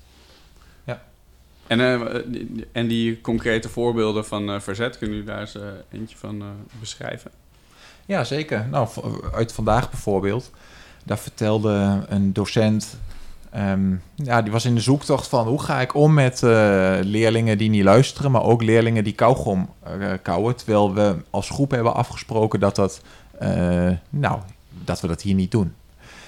ja. En, uh, die, en die concrete voorbeelden van uh, verzet... kunnen jullie daar eens uh, eentje van uh, beschrijven?
Ja, zeker. Nou, uit vandaag bijvoorbeeld... daar vertelde een docent... Um, ja, die was in de zoektocht van hoe ga ik om met uh, leerlingen die niet luisteren, maar ook leerlingen die kauwgom uh, kauwen. Terwijl we als groep hebben afgesproken dat, dat, uh, nou, dat we dat hier niet doen.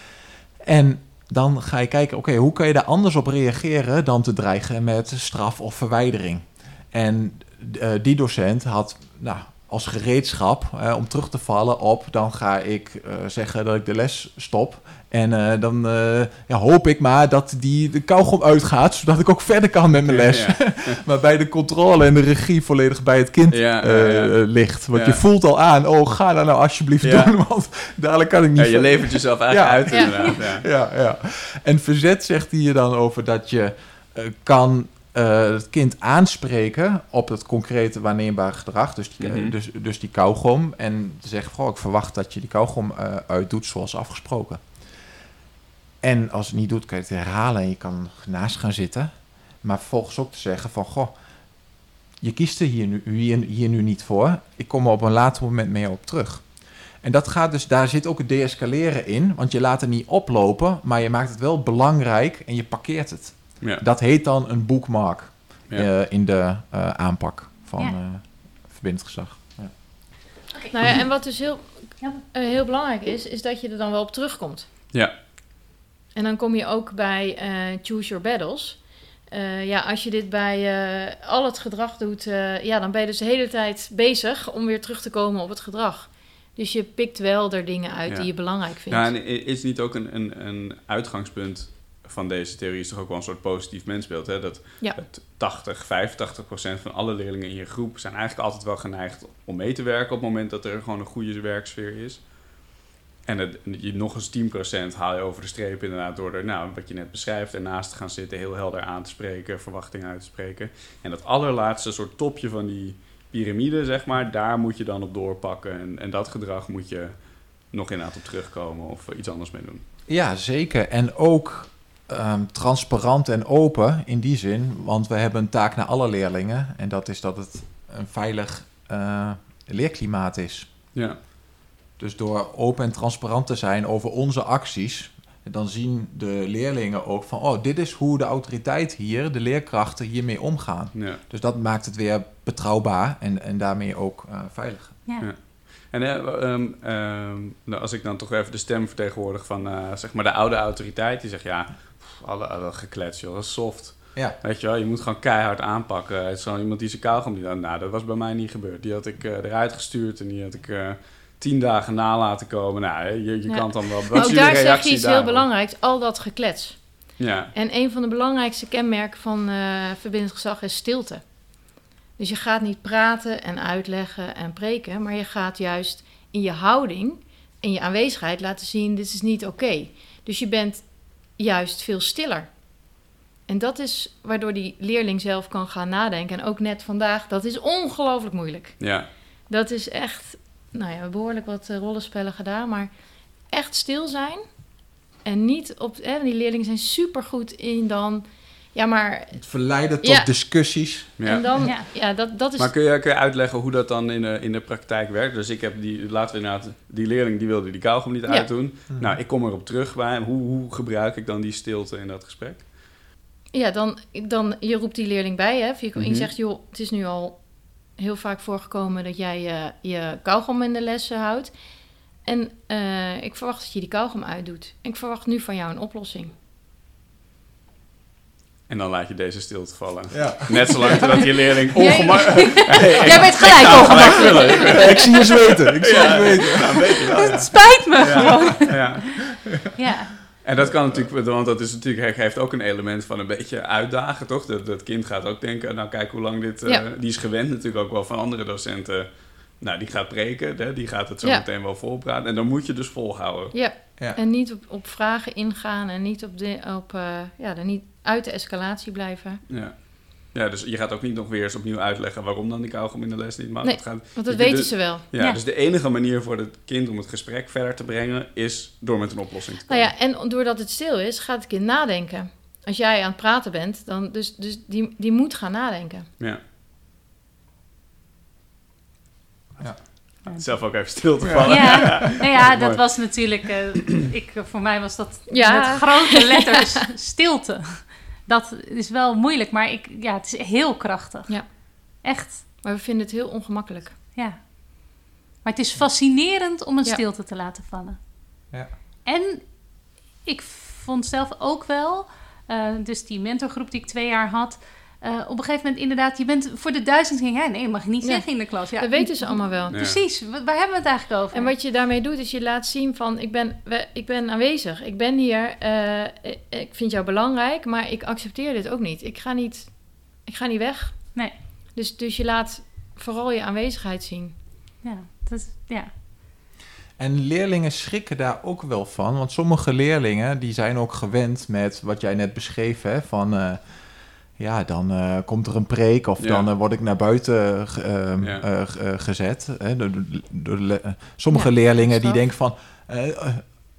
En dan ga je kijken, oké, okay, hoe kan je daar anders op reageren dan te dreigen met straf of verwijdering? En uh, die docent had... nou. als gereedschap uh, om terug te vallen op... dan ga ik uh, zeggen dat ik de les stop. En uh, dan uh, ja, hoop ik maar dat die de kauwgom uitgaat... zodat ik ook verder kan met mijn les. Ja, ja. Waarbij de controle en de regie volledig bij het kind ja, uh, ja, ja. ligt. Want ja. je voelt al aan, oh, ga dat nou alsjeblieft ja. doen... want dadelijk kan ik niet...
Ja, je levert jezelf eigenlijk ja. uit inderdaad.
Ja. Ja, ja. En verzet zegt hier dan over dat je uh, kan... Uh, het kind aanspreken op het concrete waarneembare gedrag, dus die, mm-hmm. uh, dus, dus die kauwgom, en zeggen, goh, ik verwacht dat je die kauwgom uh, uitdoet zoals afgesproken. En als het niet doet, kan je het herhalen en je kan naast gaan zitten. Maar vervolgens ook te zeggen van, goh, je kiest er hier nu, hier, hier nu niet voor. Ik kom er op een later moment mee op terug. En dat gaat dus, daar zit ook het de-escaleren in. Want je laat het niet oplopen, maar je maakt het wel belangrijk en je parkeert het.
Ja.
Dat heet dan een bookmark
Ja.
uh, in de uh, aanpak van
Ja.
uh, verbindend gezag. Ja.
Nou ja, en wat dus heel,
Ja.
uh, heel belangrijk is, is dat je er dan wel op terugkomt.
Ja.
En dan kom je ook bij uh, choose your battles. Uh, ja, als je dit bij uh, al het gedrag doet, uh, ja, dan ben je dus de hele tijd bezig om weer terug te komen op het gedrag. Dus je pikt wel er dingen uit
Ja.
die je belangrijk vindt.
Ja, en is niet ook een, een, een uitgangspunt van deze theorie is toch ook wel een soort positief mensbeeld, hè? Dat
Ja.
het tachtig, vijfentachtig procent van alle leerlingen in je groep zijn eigenlijk altijd wel geneigd om mee te werken op het moment dat er gewoon een goede werksfeer is. En het, je nog eens tien procent haal je over de streep inderdaad door er, nou, wat je net beschrijft, ernaast te gaan zitten, heel helder aan te spreken, verwachtingen uit te spreken. En dat allerlaatste soort topje van die piramide, zeg maar, daar moet je dan op doorpakken. En, en dat gedrag moet je nog inderdaad op terugkomen of iets anders mee doen.
Ja, zeker. En ook um, transparant en open in die zin. Want we hebben een taak naar alle leerlingen. En dat is dat het een veilig uh, leerklimaat is.
Ja.
Dus door open en transparant te zijn over onze acties, dan zien de leerlingen ook van, oh, dit is hoe de autoriteit hier, de leerkrachten hiermee omgaan.
Ja.
Dus dat maakt het weer betrouwbaar en, en daarmee ook uh, veilig.
Ja.
Ja. En uh, um, um, nou, als ik dan toch even de stem vertegenwoordig van uh, zeg maar de oude autoriteit, die zegt ja, pff, alle, alle geklets, joh, dat is soft.
Ja.
Weet je wel, je moet gewoon keihard aanpakken. Het is zo iemand die zijn kauwgom die dan, nou, dat was bij mij niet gebeurd. Die had ik uh, eruit gestuurd en die had ik uh, tien dagen na laten komen. Nou, je, je
Ja.
kan dan wel. Wat
Maar
is
ook
jullie
daar zeg
reactie
je iets
daarop?
heel belangrijks, al dat geklets.
Ja,
En een van de belangrijkste kenmerken van uh, verbindend gezag is stilte. Dus je gaat niet praten en uitleggen en preken, maar je gaat juist in je houding, in je aanwezigheid laten zien, dit is niet oké. Okay. Dus je bent juist veel stiller. En dat is waardoor die leerling zelf kan gaan nadenken. En ook net vandaag, dat is ongelooflijk moeilijk.
ja,
Dat is echt, nou ja, behoorlijk wat uh, rollenspellen gedaan, maar echt stil zijn. En niet op, hè, die leerlingen zijn supergoed in dan, ja maar...
Het verleiden tot
Ja.
discussies.
ja.
En dan,
Ja.
ja, dat, dat is...
Maar kun je, kun je uitleggen hoe dat dan in de, in de praktijk werkt? Dus ik heb die, laten we inderdaad, die leerling die wilde die kauwgom niet
Ja.
uitdoen.
Mhm.
Nou, ik kom erop terug bij hem. Hoe, hoe gebruik ik dan die stilte in dat gesprek?
Ja, dan, dan je roept die leerling bij, hè. Je,
Mhm.
je zegt, joh, het is nu al heel vaak voorgekomen dat jij je, je kauwgom in de les uh, houdt. En uh, ik verwacht dat je die kauwgom uitdoet. Ik verwacht nu van jou een oplossing.
En dan laat je deze stilte vallen.
Ja.
Net zolang totdat je leerling ongemakkelijk...
Jij bent gelijk ongemakkelijk.
Ik zie je zweten. Ik zie je zweten.
Nou, weet je wel, ja.
Het spijt me gewoon.
Ja.
Ja.
En dat kan natuurlijk, want dat is natuurlijk, heeft ook een element van een beetje uitdagen, toch? Dat, dat kind gaat ook denken, nou kijk hoe lang dit... Uh,
Ja.
Die is gewend natuurlijk ook wel van andere docenten. Nou, die gaat preken, hè? Die gaat het zo
Ja.
meteen wel volpraten. En dan moet je dus volhouden.
Ja,
Ja.
en niet op, op vragen ingaan en niet op, de, op uh, ja, er niet uit de escalatie blijven.
Ja. Ja, dus je gaat ook niet nog weer eens opnieuw uitleggen waarom dan die kauwgom in de les niet mag.
Nee,
Het gaat,
Want dat
je-
weten
de-
ze wel.
Ja,
Ja.
dus de enige manier voor het kind om het gesprek verder te brengen is door met een oplossing te
Nou
komen.
ja, en doordat het stil is, gaat het kind nadenken. Als jij aan het praten bent, dan dus, dus die, die moet gaan nadenken.
Ja.
Ja.
Zelf ook even stil te vallen.
Ja, nou ja, dat
Mooi.
was natuurlijk... uh, ik, voor mij was dat
Ja.
met grote letters stilte. Dat is wel moeilijk, maar ik, ja, het is heel krachtig.
Ja.
Echt,
Maar we vinden het heel ongemakkelijk.
ja. Maar het is fascinerend om een
Ja.
stilte te laten vallen.
Ja.
En ik vond zelf ook wel... uh, dus die mentorgroep die ik twee jaar had... Uh, op een gegeven moment inderdaad... Je bent voor de duizend ging ja, nee, dat mag je niet
Ja.
zeggen in de klas. Ja,
Dat weten ze allemaal wel.
Ja.
Precies, wa- waar hebben we het eigenlijk over?
En wat je daarmee doet, is je laat zien van... ik ben, we- ik ben aanwezig, ik ben hier, uh, ik- ik vind jou belangrijk... maar ik accepteer dit ook niet. Ik ga niet, ik ga niet weg.
Nee.
Dus, dus je laat vooral je aanwezigheid zien.
Ja, dat is, ja.
En leerlingen schrikken daar ook wel van. Want sommige leerlingen die zijn ook gewend met wat jij net beschreef. Hè, van uh, ja, dan uh, komt er een preek of
Ja.
dan uh, word ik naar buiten ge- uh,
Ja.
uh, uh, gezet. Hè, door, door de le- uh, sommige
Ja,
leerlingen die
straf.
denken van... Uh, uh,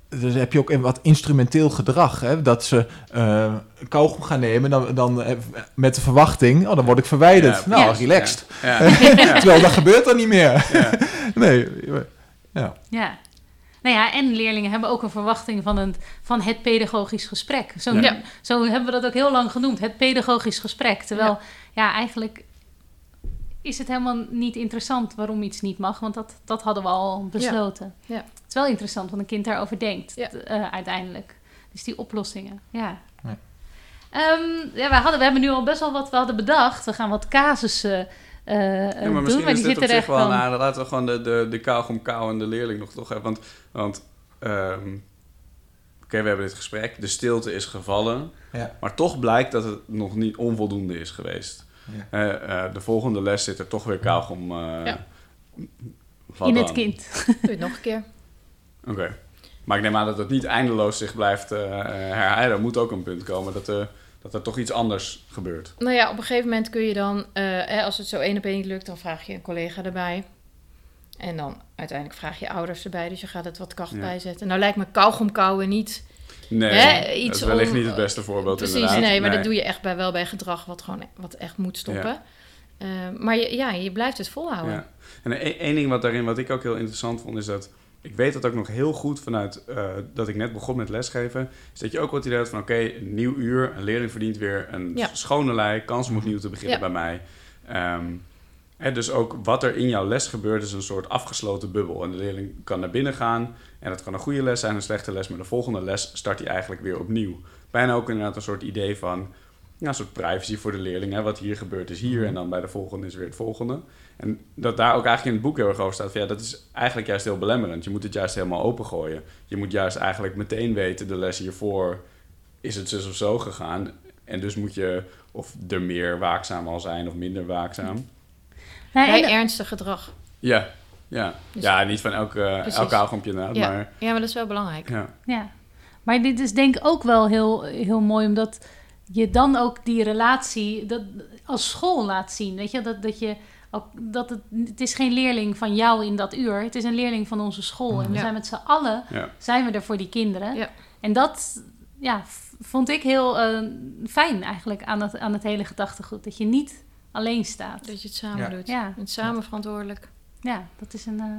dus heb je ook een wat instrumenteel gedrag. Hè? Dat ze uh, kauwgom gaan nemen dan, dan, uh, met de verwachting... oh, dan word ik verwijderd. Ja, nou, ja. relaxed. Ja. Ja. Terwijl dat gebeurt dan niet meer. Ja. Nee, ja.
Ja. Nou ja, en leerlingen hebben ook een verwachting van, een, van het pedagogisch gesprek. Zo, ja. zo hebben we dat ook heel lang genoemd. Het pedagogisch gesprek. Terwijl, ja, ja eigenlijk... is het helemaal niet interessant waarom iets niet mag. Want dat, dat hadden we al besloten. Ja. Ja. Het is wel interessant wat een kind daarover denkt. Ja. Uh, uiteindelijk. Dus die oplossingen. Ja. Ja. Um, ja, we, hadden, we hebben nu al best wel wat we hadden bedacht. We gaan wat casussen uh, uh,
ja, maar
doen. Maar
die
zitten er echt
wel
van...
naar. Laten we gewoon de, de, de kauwgom kauwende leerling nog toch hebben. Want, want um, oké, okay, we hebben dit gesprek. De stilte is gevallen. Ja. Maar toch blijkt dat het nog niet onvoldoende is geweest. Ja. Uh, uh, de volgende les zit er toch weer kauwgom uh,
ja. in het kind.
Doe het nog een keer.
Oké. Okay. Maar ik neem aan dat het niet eindeloos zich blijft uh, herhalen. Er moet ook een punt komen dat, uh, dat er toch iets anders gebeurt.
Nou ja, op een gegeven moment kun je dan... Uh, als het zo één op één niet lukt, dan vraag je een collega erbij. En dan uiteindelijk vraag je ouders erbij. Dus je gaat het wat kracht ja. bijzetten. Nou lijkt me kauwgom kauwen niet...
Nee, Hè, iets dat is wellicht om, niet het beste voorbeeld
precies,
inderdaad.
nee, maar
nee.
dat doe je echt bij, wel bij gedrag wat gewoon wat echt moet stoppen. Ja. Uh, maar je, ja, je blijft het volhouden. Ja.
En één ding wat daarin, wat ik ook heel interessant vond, is dat... Ik weet dat ook nog heel goed vanuit uh, dat ik net begon met lesgeven... is dat je ook wat idee had van... oké, okay, een nieuw uur, een leerling verdient weer een ja. schone lei... kans om opnieuw te beginnen ja. bij mij... Um, He, dus ook wat er in jouw les gebeurt is een soort afgesloten bubbel. En de leerling kan naar binnen gaan. En dat kan een goede les zijn, een slechte les. Maar de volgende les start hij eigenlijk weer opnieuw. Bijna ook inderdaad een soort idee van... Ja, een soort privacy voor de leerling. Hè. Wat hier gebeurt is hier. En dan bij de volgende is weer het volgende. En dat daar ook eigenlijk in het boek heel erg over staat. Van, ja, dat is eigenlijk juist heel belemmerend. Je moet het juist helemaal opengooien. Je moet juist eigenlijk meteen weten... de les hiervoor is het zus of zo gegaan. En dus moet je of er meer waakzaam al zijn of minder waakzaam...
Nee, bij en... ernstig gedrag.
Ja, ja. Dus ja, niet van elke, elke kauwgompje inderdaad.
Ja.
Maar...
ja, maar dat is wel belangrijk.
Ja. ja, maar dit is denk ik ook wel heel, heel mooi... omdat je dan ook die relatie dat als school laat zien. Weet je, dat, dat je... Ook, dat het, het is geen leerling van jou in dat uur. Het is een leerling van onze school. Mm. En we ja. zijn met z'n allen ja. zijn we er voor die kinderen. Ja. En dat ja, vond ik heel uh, fijn eigenlijk aan het, aan het hele gedachtegoed. Dat je niet... alleen staat.
Dat je het samen
ja.
doet.
Ja.
Het samen verantwoordelijk.
Ja, dat is een... Uh...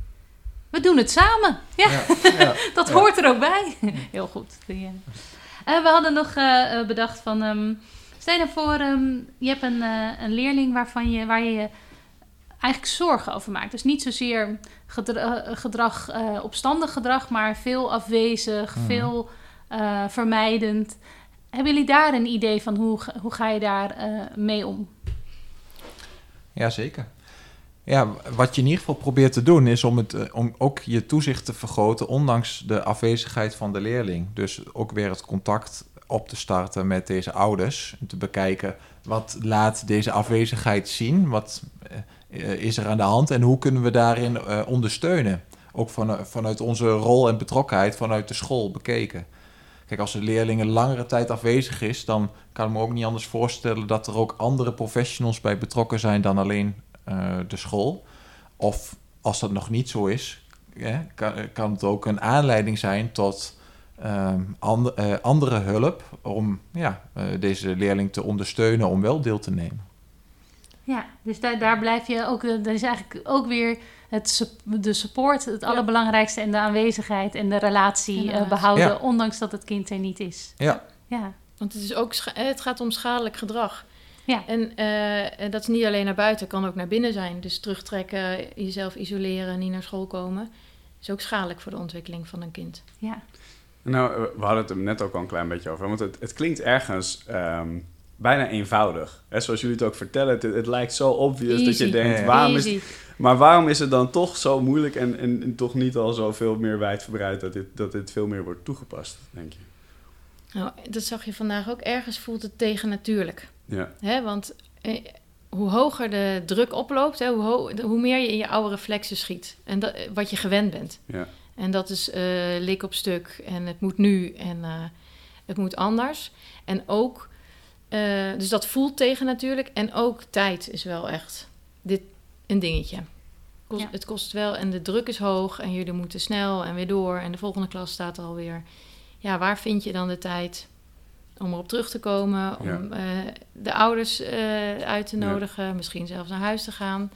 We doen het samen. Ja, ja. ja. dat ja. hoort er ook bij. Heel goed. Die, uh... Uh, we hadden nog uh, bedacht van... Um, stel je nou voor, um, je hebt een, uh, een leerling waarvan je, waar je je eigenlijk zorgen over maakt. Dus niet zozeer gedra- uh, gedrag, uh, opstandig gedrag, maar veel afwezig, mm. veel uh, vermijdend. Hebben jullie daar een idee van hoe, hoe ga je daar uh, mee om?
Ja, zeker. Ja, wat je in ieder geval probeert te doen... is om, het, om ook je toezicht te vergroten... ondanks de afwezigheid van de leerling. Dus ook weer het contact op te starten met deze ouders... en te bekijken, wat laat deze afwezigheid zien? Wat uh, is er aan de hand? En hoe kunnen we daarin uh, ondersteunen? Ook van, vanuit onze rol en betrokkenheid vanuit de school bekeken. Kijk, als een leerling een langere tijd afwezig is... dan kan ik me ook niet anders voorstellen... dat er ook andere professionals bij betrokken zijn... dan alleen uh, de school. Of als dat nog niet zo is... Ja, kan, kan het ook een aanleiding zijn tot um, and, uh, andere hulp... om ja, uh, deze leerling te ondersteunen om wel deel te nemen.
Ja, dus daar, daar blijf je ook... Dat is eigenlijk ook weer... Het, de support, het ja. allerbelangrijkste... en de aanwezigheid en de relatie, en de relatie. Uh, behouden... Ja. ondanks dat het kind er niet is.
Ja.
ja.
Want het, is ook, het gaat om schadelijk gedrag.
Ja.
En uh, dat is niet alleen naar buiten, kan ook naar binnen zijn. Dus terugtrekken, jezelf isoleren, niet naar school komen... is ook schadelijk voor de ontwikkeling van een kind.
Ja.
Nou, we hadden het er net ook al een klein beetje over. Want het, het klinkt ergens... Um, bijna eenvoudig. Hè, zoals jullie het ook vertellen, het, het lijkt zo obvious Easy. dat je denkt, ja. waarom is het, maar waarom is het dan toch zo moeilijk en, en, en toch niet al zoveel meer wijdverbreid dat dit, dat dit veel meer wordt toegepast, denk je?
Nou, dat zag je vandaag ook. Ergens voelt het tegennatuurlijk.
Ja.
Hè, want eh, hoe hoger de druk oploopt, hè, hoe, ho- hoe meer je in je oude reflexen schiet. En dat, wat je gewend bent.
Ja.
En dat is uh, lik op stuk en het moet nu en uh, het moet anders. En ook... Uh, dus dat voelt tegen natuurlijk. En ook tijd is wel echt dit een dingetje. Kost,
Ja.
Het kost wel en de druk is hoog en jullie moeten snel en weer door. En de volgende klas staat er alweer. Ja, waar vind je dan de tijd om erop terug te komen? Om
Ja.
uh, de ouders uh, uit te
Ja.
nodigen, misschien zelfs naar huis te gaan.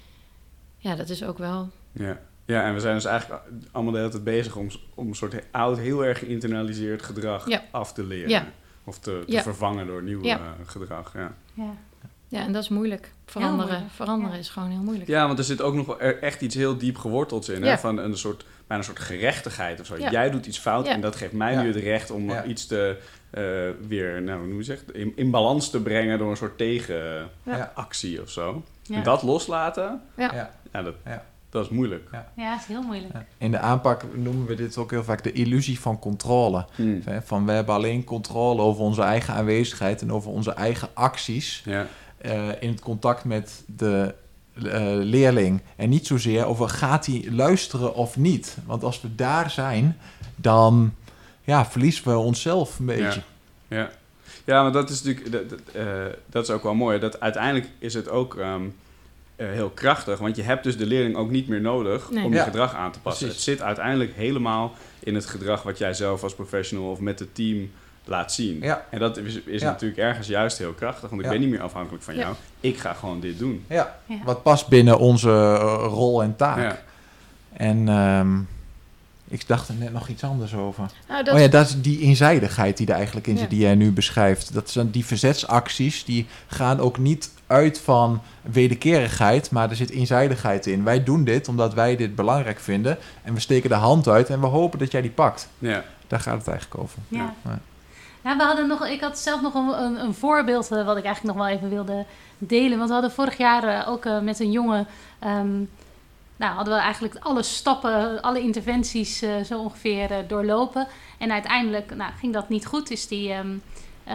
Ja, dat is ook wel...
Ja. Ja, en we zijn dus eigenlijk allemaal de hele tijd bezig om, om een soort oud, heel erg geïnternaliseerd gedrag
Ja.
af te leren.
Ja.
Of te, te
Ja.
vervangen door nieuw
Ja.
uh, gedrag. Ja.
Ja.
Ja, en dat is moeilijk. Veranderen,
moeilijk,
Veranderen
ja.
is gewoon heel moeilijk.
ja, want er zit ook nog wel er- echt iets heel diep gewortelds in. Hè?
Ja.
Van een soort, bijna een soort gerechtigheid of zo.
Ja.
Jij doet iets fout
Ja.
en dat geeft mij
Ja.
nu het recht om
Ja.
iets te uh, weer, nou, hoe moet je zeggen, in, in balans te brengen door een soort tegenactie
Ja.
of zo.
Ja.
En dat loslaten,
Ja.
Ja.
ja, dat,
Ja.
dat is moeilijk.
Ja.
Ja, dat is heel moeilijk.
Ja. In de aanpak noemen we dit ook heel vaak de illusie van controle.
Hmm.
Van we hebben alleen controle over onze eigen aanwezigheid en over onze eigen acties
Ja.
uh, in het contact met de uh, leerling. En niet zozeer over gaat hij luisteren of niet. Want als we daar zijn, dan ja, verliezen we onszelf een beetje.
Ja. Ja. Ja, maar dat is natuurlijk, dat, dat, uh, dat is ook wel mooi. Dat uiteindelijk is het ook um, uh, heel krachtig, want je hebt dus de leerling ook niet meer nodig
Nee.
om je
Ja.
gedrag aan te passen.
Precies.
Het zit uiteindelijk helemaal in het gedrag wat jij zelf als professional of met het team laat zien.
Ja.
En dat is, is
Ja.
natuurlijk ergens juist heel krachtig, want ik
Ja.
ben niet meer afhankelijk van
Ja.
jou. Ik ga gewoon dit doen.
Ja,
Ja.
wat past binnen onze uh, rol en taak.
Ja.
En um, ik dacht er net nog iets anders over.
Nou, dat
Oh ja, dat is die eenzijdigheid die er eigenlijk in
Ja.
zit, die jij nu beschrijft. Dat zijn die verzetsacties, die gaan ook niet uit van wederkerigheid, maar er zit eenzijdigheid in. Wij doen dit omdat wij dit belangrijk vinden en we steken de hand uit en we hopen dat jij die pakt.
Ja.
Daar gaat het eigenlijk over.
Ja.
Ja.
Ja, we hadden nog, ik had zelf nog een, een, een voorbeeld uh, wat ik eigenlijk nog wel even wilde delen. Want we hadden vorig jaar uh, ook uh, met een jongen... Um, nou, hadden we eigenlijk alle stappen, alle interventies uh, zo ongeveer uh, doorlopen. En uiteindelijk nou, ging dat niet goed. Is die um, uh,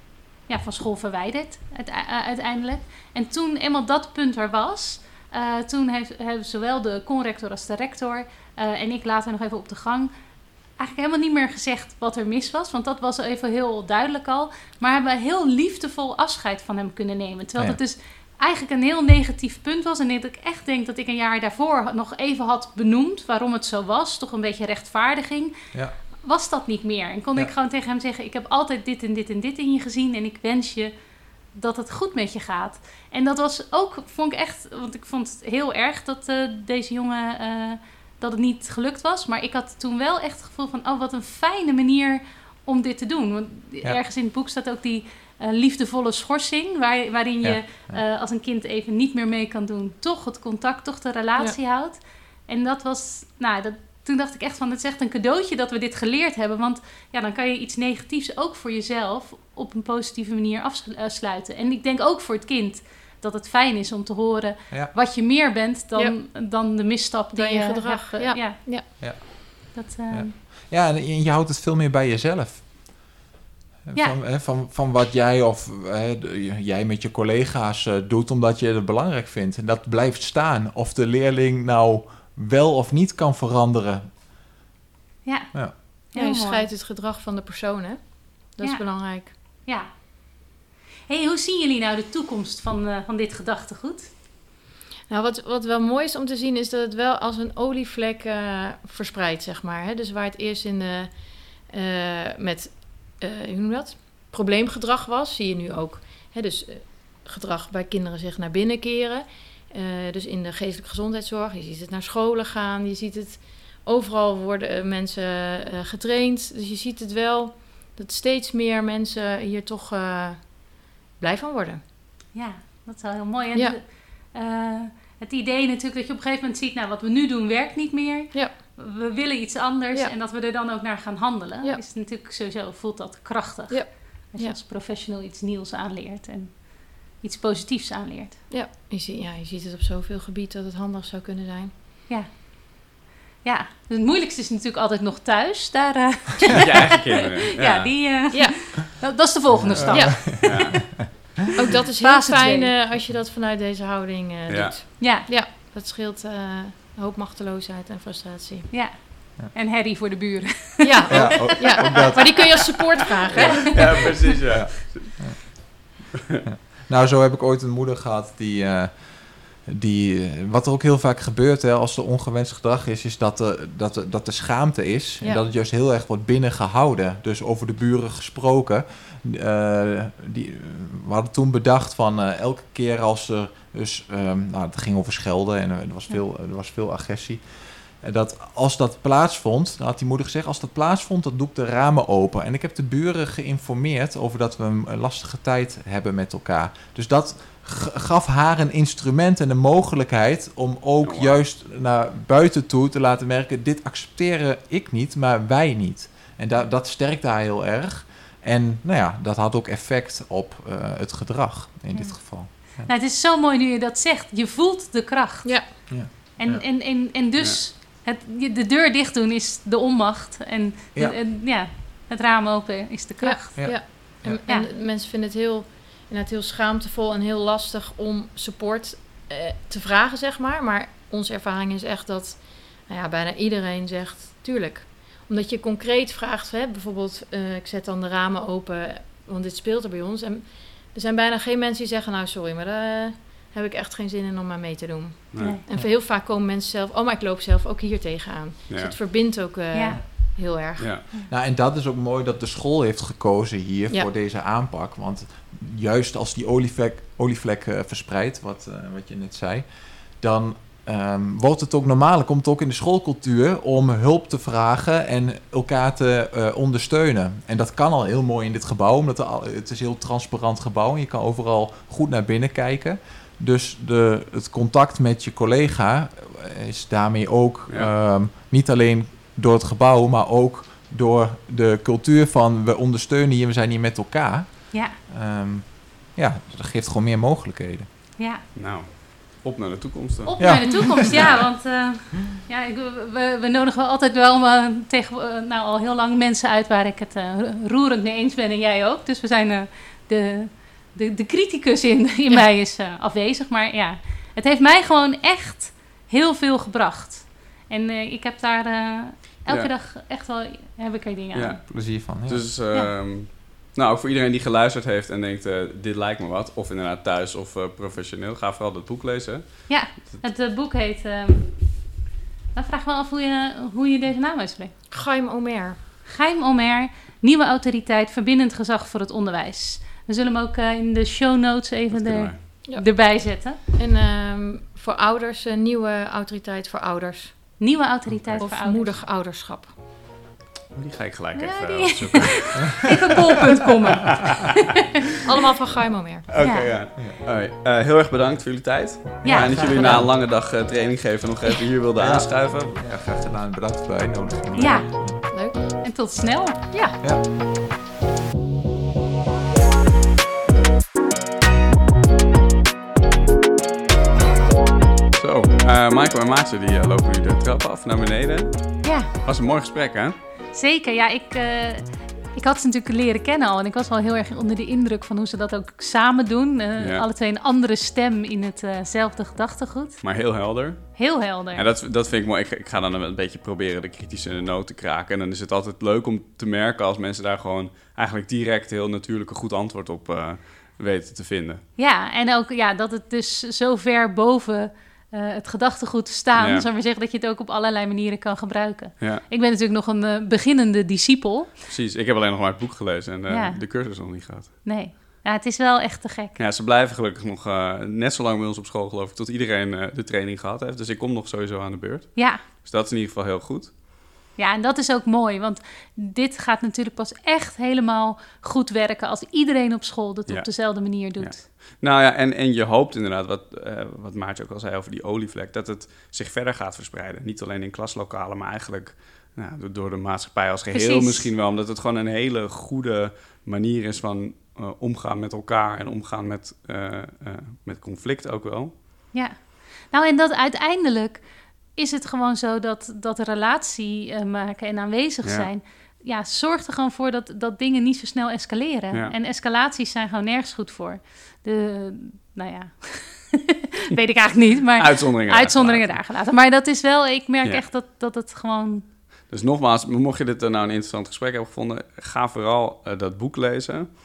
ja, van school verwijderd uite- uiteindelijk. En toen eenmaal dat punt er was... Uh, toen heeft, hebben zowel de conrector als de rector... Uh, en ik later nog even op de gang... eigenlijk helemaal niet meer gezegd wat er mis was. Want dat was even heel duidelijk al. Maar hebben we heel liefdevol afscheid van hem kunnen nemen. Terwijl
Ja.
dat dus eigenlijk een heel negatief punt was. En dat ik echt denk dat ik een jaar daarvoor nog even had benoemd waarom het zo was. Toch een beetje rechtvaardiging.
Ja.
Was dat niet meer. En kon
Ja.
ik gewoon tegen hem zeggen... ik heb altijd dit en dit en dit in je gezien... en ik wens je dat het goed met je gaat. En dat was ook, vond ik echt... want ik vond het heel erg dat uh, deze jongen... Uh, dat het niet gelukt was. Maar ik had toen wel echt het gevoel van... oh, wat een fijne manier om dit te doen. Want
Ja.
ergens in het boek staat ook die uh, liefdevolle schorsing... Waar, waarin je
Ja. Ja.
uh, als een kind even niet meer mee kan doen... toch het contact, toch de relatie houdt. En dat was... nou, dat, toen dacht ik echt van... het is echt een cadeautje dat we dit geleerd hebben. Want ja, dan kan je iets negatiefs ook voor jezelf... op een positieve manier afsluiten. En ik denk ook voor het kind... dat het fijn is om te horen
Ja.
wat je meer bent dan, dan de misstap die
Dan je gedrag,
hebt,
ja.
ja.
Ja.
Ja.
Dat, uh,
Ja. Ja, en je houdt het veel meer bij jezelf.
Ja.
Van, hè, van, van wat jij of hè, jij met je collega's uh, doet omdat je het belangrijk vindt. En dat blijft staan. Of de leerling nou wel of niet kan veranderen.
ja.
Ja.
Ja,
Heel
je
mooi.
scheidt het gedrag van de persoon, hè? Dat
Ja.
is belangrijk.
Ja. Hey, hoe zien jullie nou de toekomst van, uh, van dit gedachtegoed?
Nou, wat, wat wel mooi is om te zien, is dat het wel als een olievlek uh, verspreidt, zeg maar. Hè? Dus waar het eerst in de, uh, met, uh, hoe noem je dat? Probleemgedrag was, zie je nu ook. Hè? Dus uh, gedrag bij kinderen zich naar binnen keren. Uh, dus in de geestelijke gezondheidszorg, je ziet het naar scholen gaan, je ziet het... Overal worden uh, mensen uh, getraind, dus je ziet het wel dat steeds meer mensen hier toch uh, blij van worden.
Ja, dat is wel heel mooi. En
Ja.
de, uh, het idee natuurlijk dat je op een gegeven moment ziet... nou, wat we nu doen werkt niet meer.
Ja.
We willen iets anders.
Ja.
En dat we er dan ook naar gaan handelen.
Ja.
Is natuurlijk sowieso, voelt dat krachtig.
Ja.
Als je
Ja.
als professional iets nieuws aanleert. En iets positiefs aanleert.
Ja, je ziet, ja, je ziet het op zoveel gebieden dat het handig zou kunnen zijn.
Ja. Ja, het moeilijkste is natuurlijk altijd nog thuis. Daar, uh,
Je eigen kinderen.
ja.
Ja.
die, uh,
Ja.
dat, dat is de volgende stap.
Ja.
Ja.
Ook dat is heel
Fase
fijn
twee.
uh, als je dat vanuit deze houding uh,
Ja.
doet.
Ja,
Ja, dat scheelt uh, een hoop machteloosheid en frustratie.
ja. En herrie voor de buren.
Ja,
Ja,
ook,
ook-
ja.
ook dat.
Maar die kun je als support vragen. Hè?
Ja, precies, ja.
Nou, zo heb ik ooit een moeder gehad die... Uh, die, wat er ook heel vaak gebeurt hè, als er ongewenst gedrag is, is dat er, dat er, dat er schaamte is.
Ja.
En dat het juist heel erg wordt binnengehouden. Dus over de buren gesproken. Uh, die, we hadden toen bedacht van uh, elke keer als er dus, um, nou, het ging over schelden en er was veel, er was veel agressie. Dat als dat plaatsvond, dan had die moeder gezegd, als dat plaatsvond, dan doe ik de ramen open. En ik heb de buren geïnformeerd over dat we een lastige tijd hebben met elkaar. Dus dat g- gaf haar een instrument en een mogelijkheid om ook
Oh, wow.
juist naar buiten toe te laten merken, dit accepteren ik niet, maar wij niet. En da- dat sterkte haar heel erg. En nou ja, dat had ook effect op uh, het gedrag in
Ja.
dit geval. Ja.
Nou, het is zo mooi nu je dat zegt. Je voelt de kracht.
Ja.
Ja.
En,
Ja.
en, en, en dus het, je- de deur dicht doen is de onmacht. En de-
Ja.
en, ja, het raam open is de kracht.
Ja.
Ja.
Ja. En,
Ja.
en mensen vinden het heel, inderdaad heel schaamtevol en heel lastig om support eh, te vragen, zeg maar. Maar onze ervaring is echt dat nou ja, bijna iedereen zegt, tuurlijk. Omdat je concreet vraagt, hè, bijvoorbeeld, uh, ik zet dan de ramen open, want dit speelt er bij ons. En er zijn bijna geen mensen die zeggen, nou sorry, maar daar uh, heb ik echt geen zin in om maar mee te doen.
Nee.
Nee.
En heel vaak komen mensen zelf, oh, maar ik loop zelf ook hier tegenaan.
Ja.
Dus het verbindt ook uh,
Ja.
heel erg.
Ja.
Nou, en dat is ook mooi dat de school heeft gekozen hier
Ja.
voor deze aanpak. Want juist als die olievlek, olievlek uh, verspreidt, wat, uh, wat je net zei, dan um, wordt het ook normaal, komt het ook in de schoolcultuur om hulp te vragen en elkaar te uh, ondersteunen. En dat kan al heel mooi in dit gebouw, omdat er al, het is een heel transparant gebouw en je kan overal goed naar binnen kijken. Dus de, het contact met je collega is daarmee ook
Ja.
um, niet alleen door het gebouw, maar ook door de cultuur van we ondersteunen hier, we zijn hier met elkaar.
Ja,
Um, ja, dat geeft gewoon meer mogelijkheden.
ja.
Nou, op naar de toekomst dan.
Op
Ja.
naar de toekomst, ja. Want uh, ja, ik, we, we nodigen wel altijd wel uh, tegen, uh, nou, al heel lang mensen uit waar ik het uh, roerend mee eens ben en jij ook. Dus we zijn uh, de, de, de criticus in, in
Ja.
mij is uh, afwezig. Maar ja, het heeft mij gewoon echt heel veel gebracht. En uh, ik heb daar uh, elke
Ja.
dag echt wel, heb ik er dingen aan.
Ja.
Plezier van. Ja.
Dus, ehm, nou, ook voor iedereen die geluisterd heeft en denkt, uh, dit lijkt me wat, of inderdaad thuis of uh, professioneel, ga vooral dat boek lezen.
Ja, het uh, boek heet... Uh, dan vraag ik me af hoe je, hoe je deze naam uitspreekt.
Chaim Omer.
Chaim Omer, Nieuwe Autoriteit, Verbindend Gezag voor het Onderwijs. We zullen hem ook uh, in de show notes even
Dat kunnen
er,
Ja.
erbij zetten.
En um, voor ouders, een nieuwe autoriteit voor ouders.
Nieuwe Autoriteit
Of
voor Ouders.
moedig ouderschap.
Die ga ik gelijk
Ja,
even
die-
uh, opzoeken.
Even bol punt com.
Allemaal van Chaim Omer.
Oké,
Ja.
ja. Alright, uh, heel erg bedankt voor jullie tijd.
Ja,
en dat
graag
jullie na
gedaan.
een lange dag uh, training geven nog even hier wilden
Ja.
aanschuiven.
Ja, graag gedaan. Bedankt voor de uitnodiging.
Ja.
Leuk.
En tot snel.
Ja.
Ja.
Zo, uh, Michael en Maartje die uh, lopen nu de trap af naar beneden.
Ja,
Was een mooi gesprek, hè?
zeker. Ja, ik, uh, ik had ze natuurlijk leren kennen al. En ik was wel heel erg onder de indruk van hoe ze dat ook samen doen. Uh,
Ja.
Alle twee een andere stem in hetzelfde uh gedachtegoed.
Maar heel helder.
Heel helder.
En dat, dat vind ik mooi. Ik, ik ga dan een beetje proberen de kritische noot te kraken. En dan is het altijd leuk om te merken als mensen daar gewoon eigenlijk direct heel natuurlijk een goed antwoord op uh, weten te vinden.
Ja, en ook ja, dat het dus zo ver boven uh, het gedachtegoed staan,
Ja.
zou ik maar zeggen, dat je het ook op allerlei manieren kan gebruiken.
Ja,
Ik ben natuurlijk nog een uh, beginnende discipel.
precies. Ik heb alleen nog maar het boek gelezen en uh,
Ja.
de cursus nog niet gehad.
Nee, ja, het is wel echt te gek.
Ja, ze blijven gelukkig nog uh, net zo lang bij ons op school, geloof ik, tot iedereen uh, de training gehad heeft. Dus ik kom nog sowieso aan de beurt.
Ja.
Dus dat is in ieder geval heel goed.
Ja, en dat is ook mooi, want dit gaat natuurlijk pas echt helemaal goed werken als iedereen op school dat
Ja.
op dezelfde manier doet.
Nou ja, en, en je hoopt inderdaad, wat, uh, wat Maartje ook al zei over die olievlek, dat het zich verder gaat verspreiden. Niet alleen in klaslokalen, maar eigenlijk nou, door, door de maatschappij als geheel
Precies.
misschien wel. Omdat het gewoon een hele goede manier is van uh, omgaan met elkaar en omgaan met, uh, uh, met conflict ook wel.
Ja. Nou, en dat uiteindelijk is het gewoon zo dat, dat relatie uh, maken en aanwezig
Ja.
zijn, ja, zorgt er gewoon voor dat, dat dingen niet zo snel escaleren.
Ja.
En escalaties zijn gewoon nergens goed voor. De, nou ja, weet ik eigenlijk niet, maar
Uitzonderingen.
uitzonderingen
daar
daar gelaten. Maar dat is wel, ik merk
Ja.
echt dat, dat het gewoon...
Dus nogmaals, mocht je dit uh, nou een interessant gesprek hebben gevonden, ga vooral uh, dat boek lezen.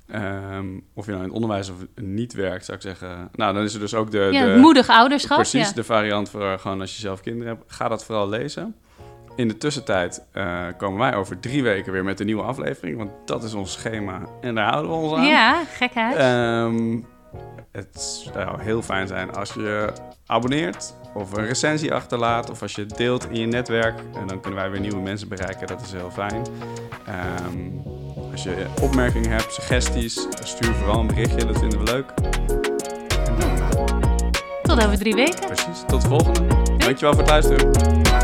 Um, of je nou in het onderwijs of niet werkt, zou ik zeggen. Nou, dan is er dus ook de...
Ja,
de
moedig ouderschap.
Precies,
ja.
de variant voor gewoon als je zelf kinderen hebt. Ga dat vooral lezen. In de tussentijd uh, komen wij over drie weken weer met een nieuwe aflevering. Want dat is ons schema en daar houden we ons aan.
Ja, gekheid.
Um, het zou heel fijn zijn als je je abonneert of een recensie achterlaat. Of als je het deelt in je netwerk. En dan kunnen wij weer nieuwe mensen bereiken. Dat is heel fijn. Um, als je opmerkingen hebt, suggesties, stuur vooral een berichtje. Dat vinden we leuk.
Tot over drie weken.
Precies, tot de volgende. Dankjewel voor het luisteren.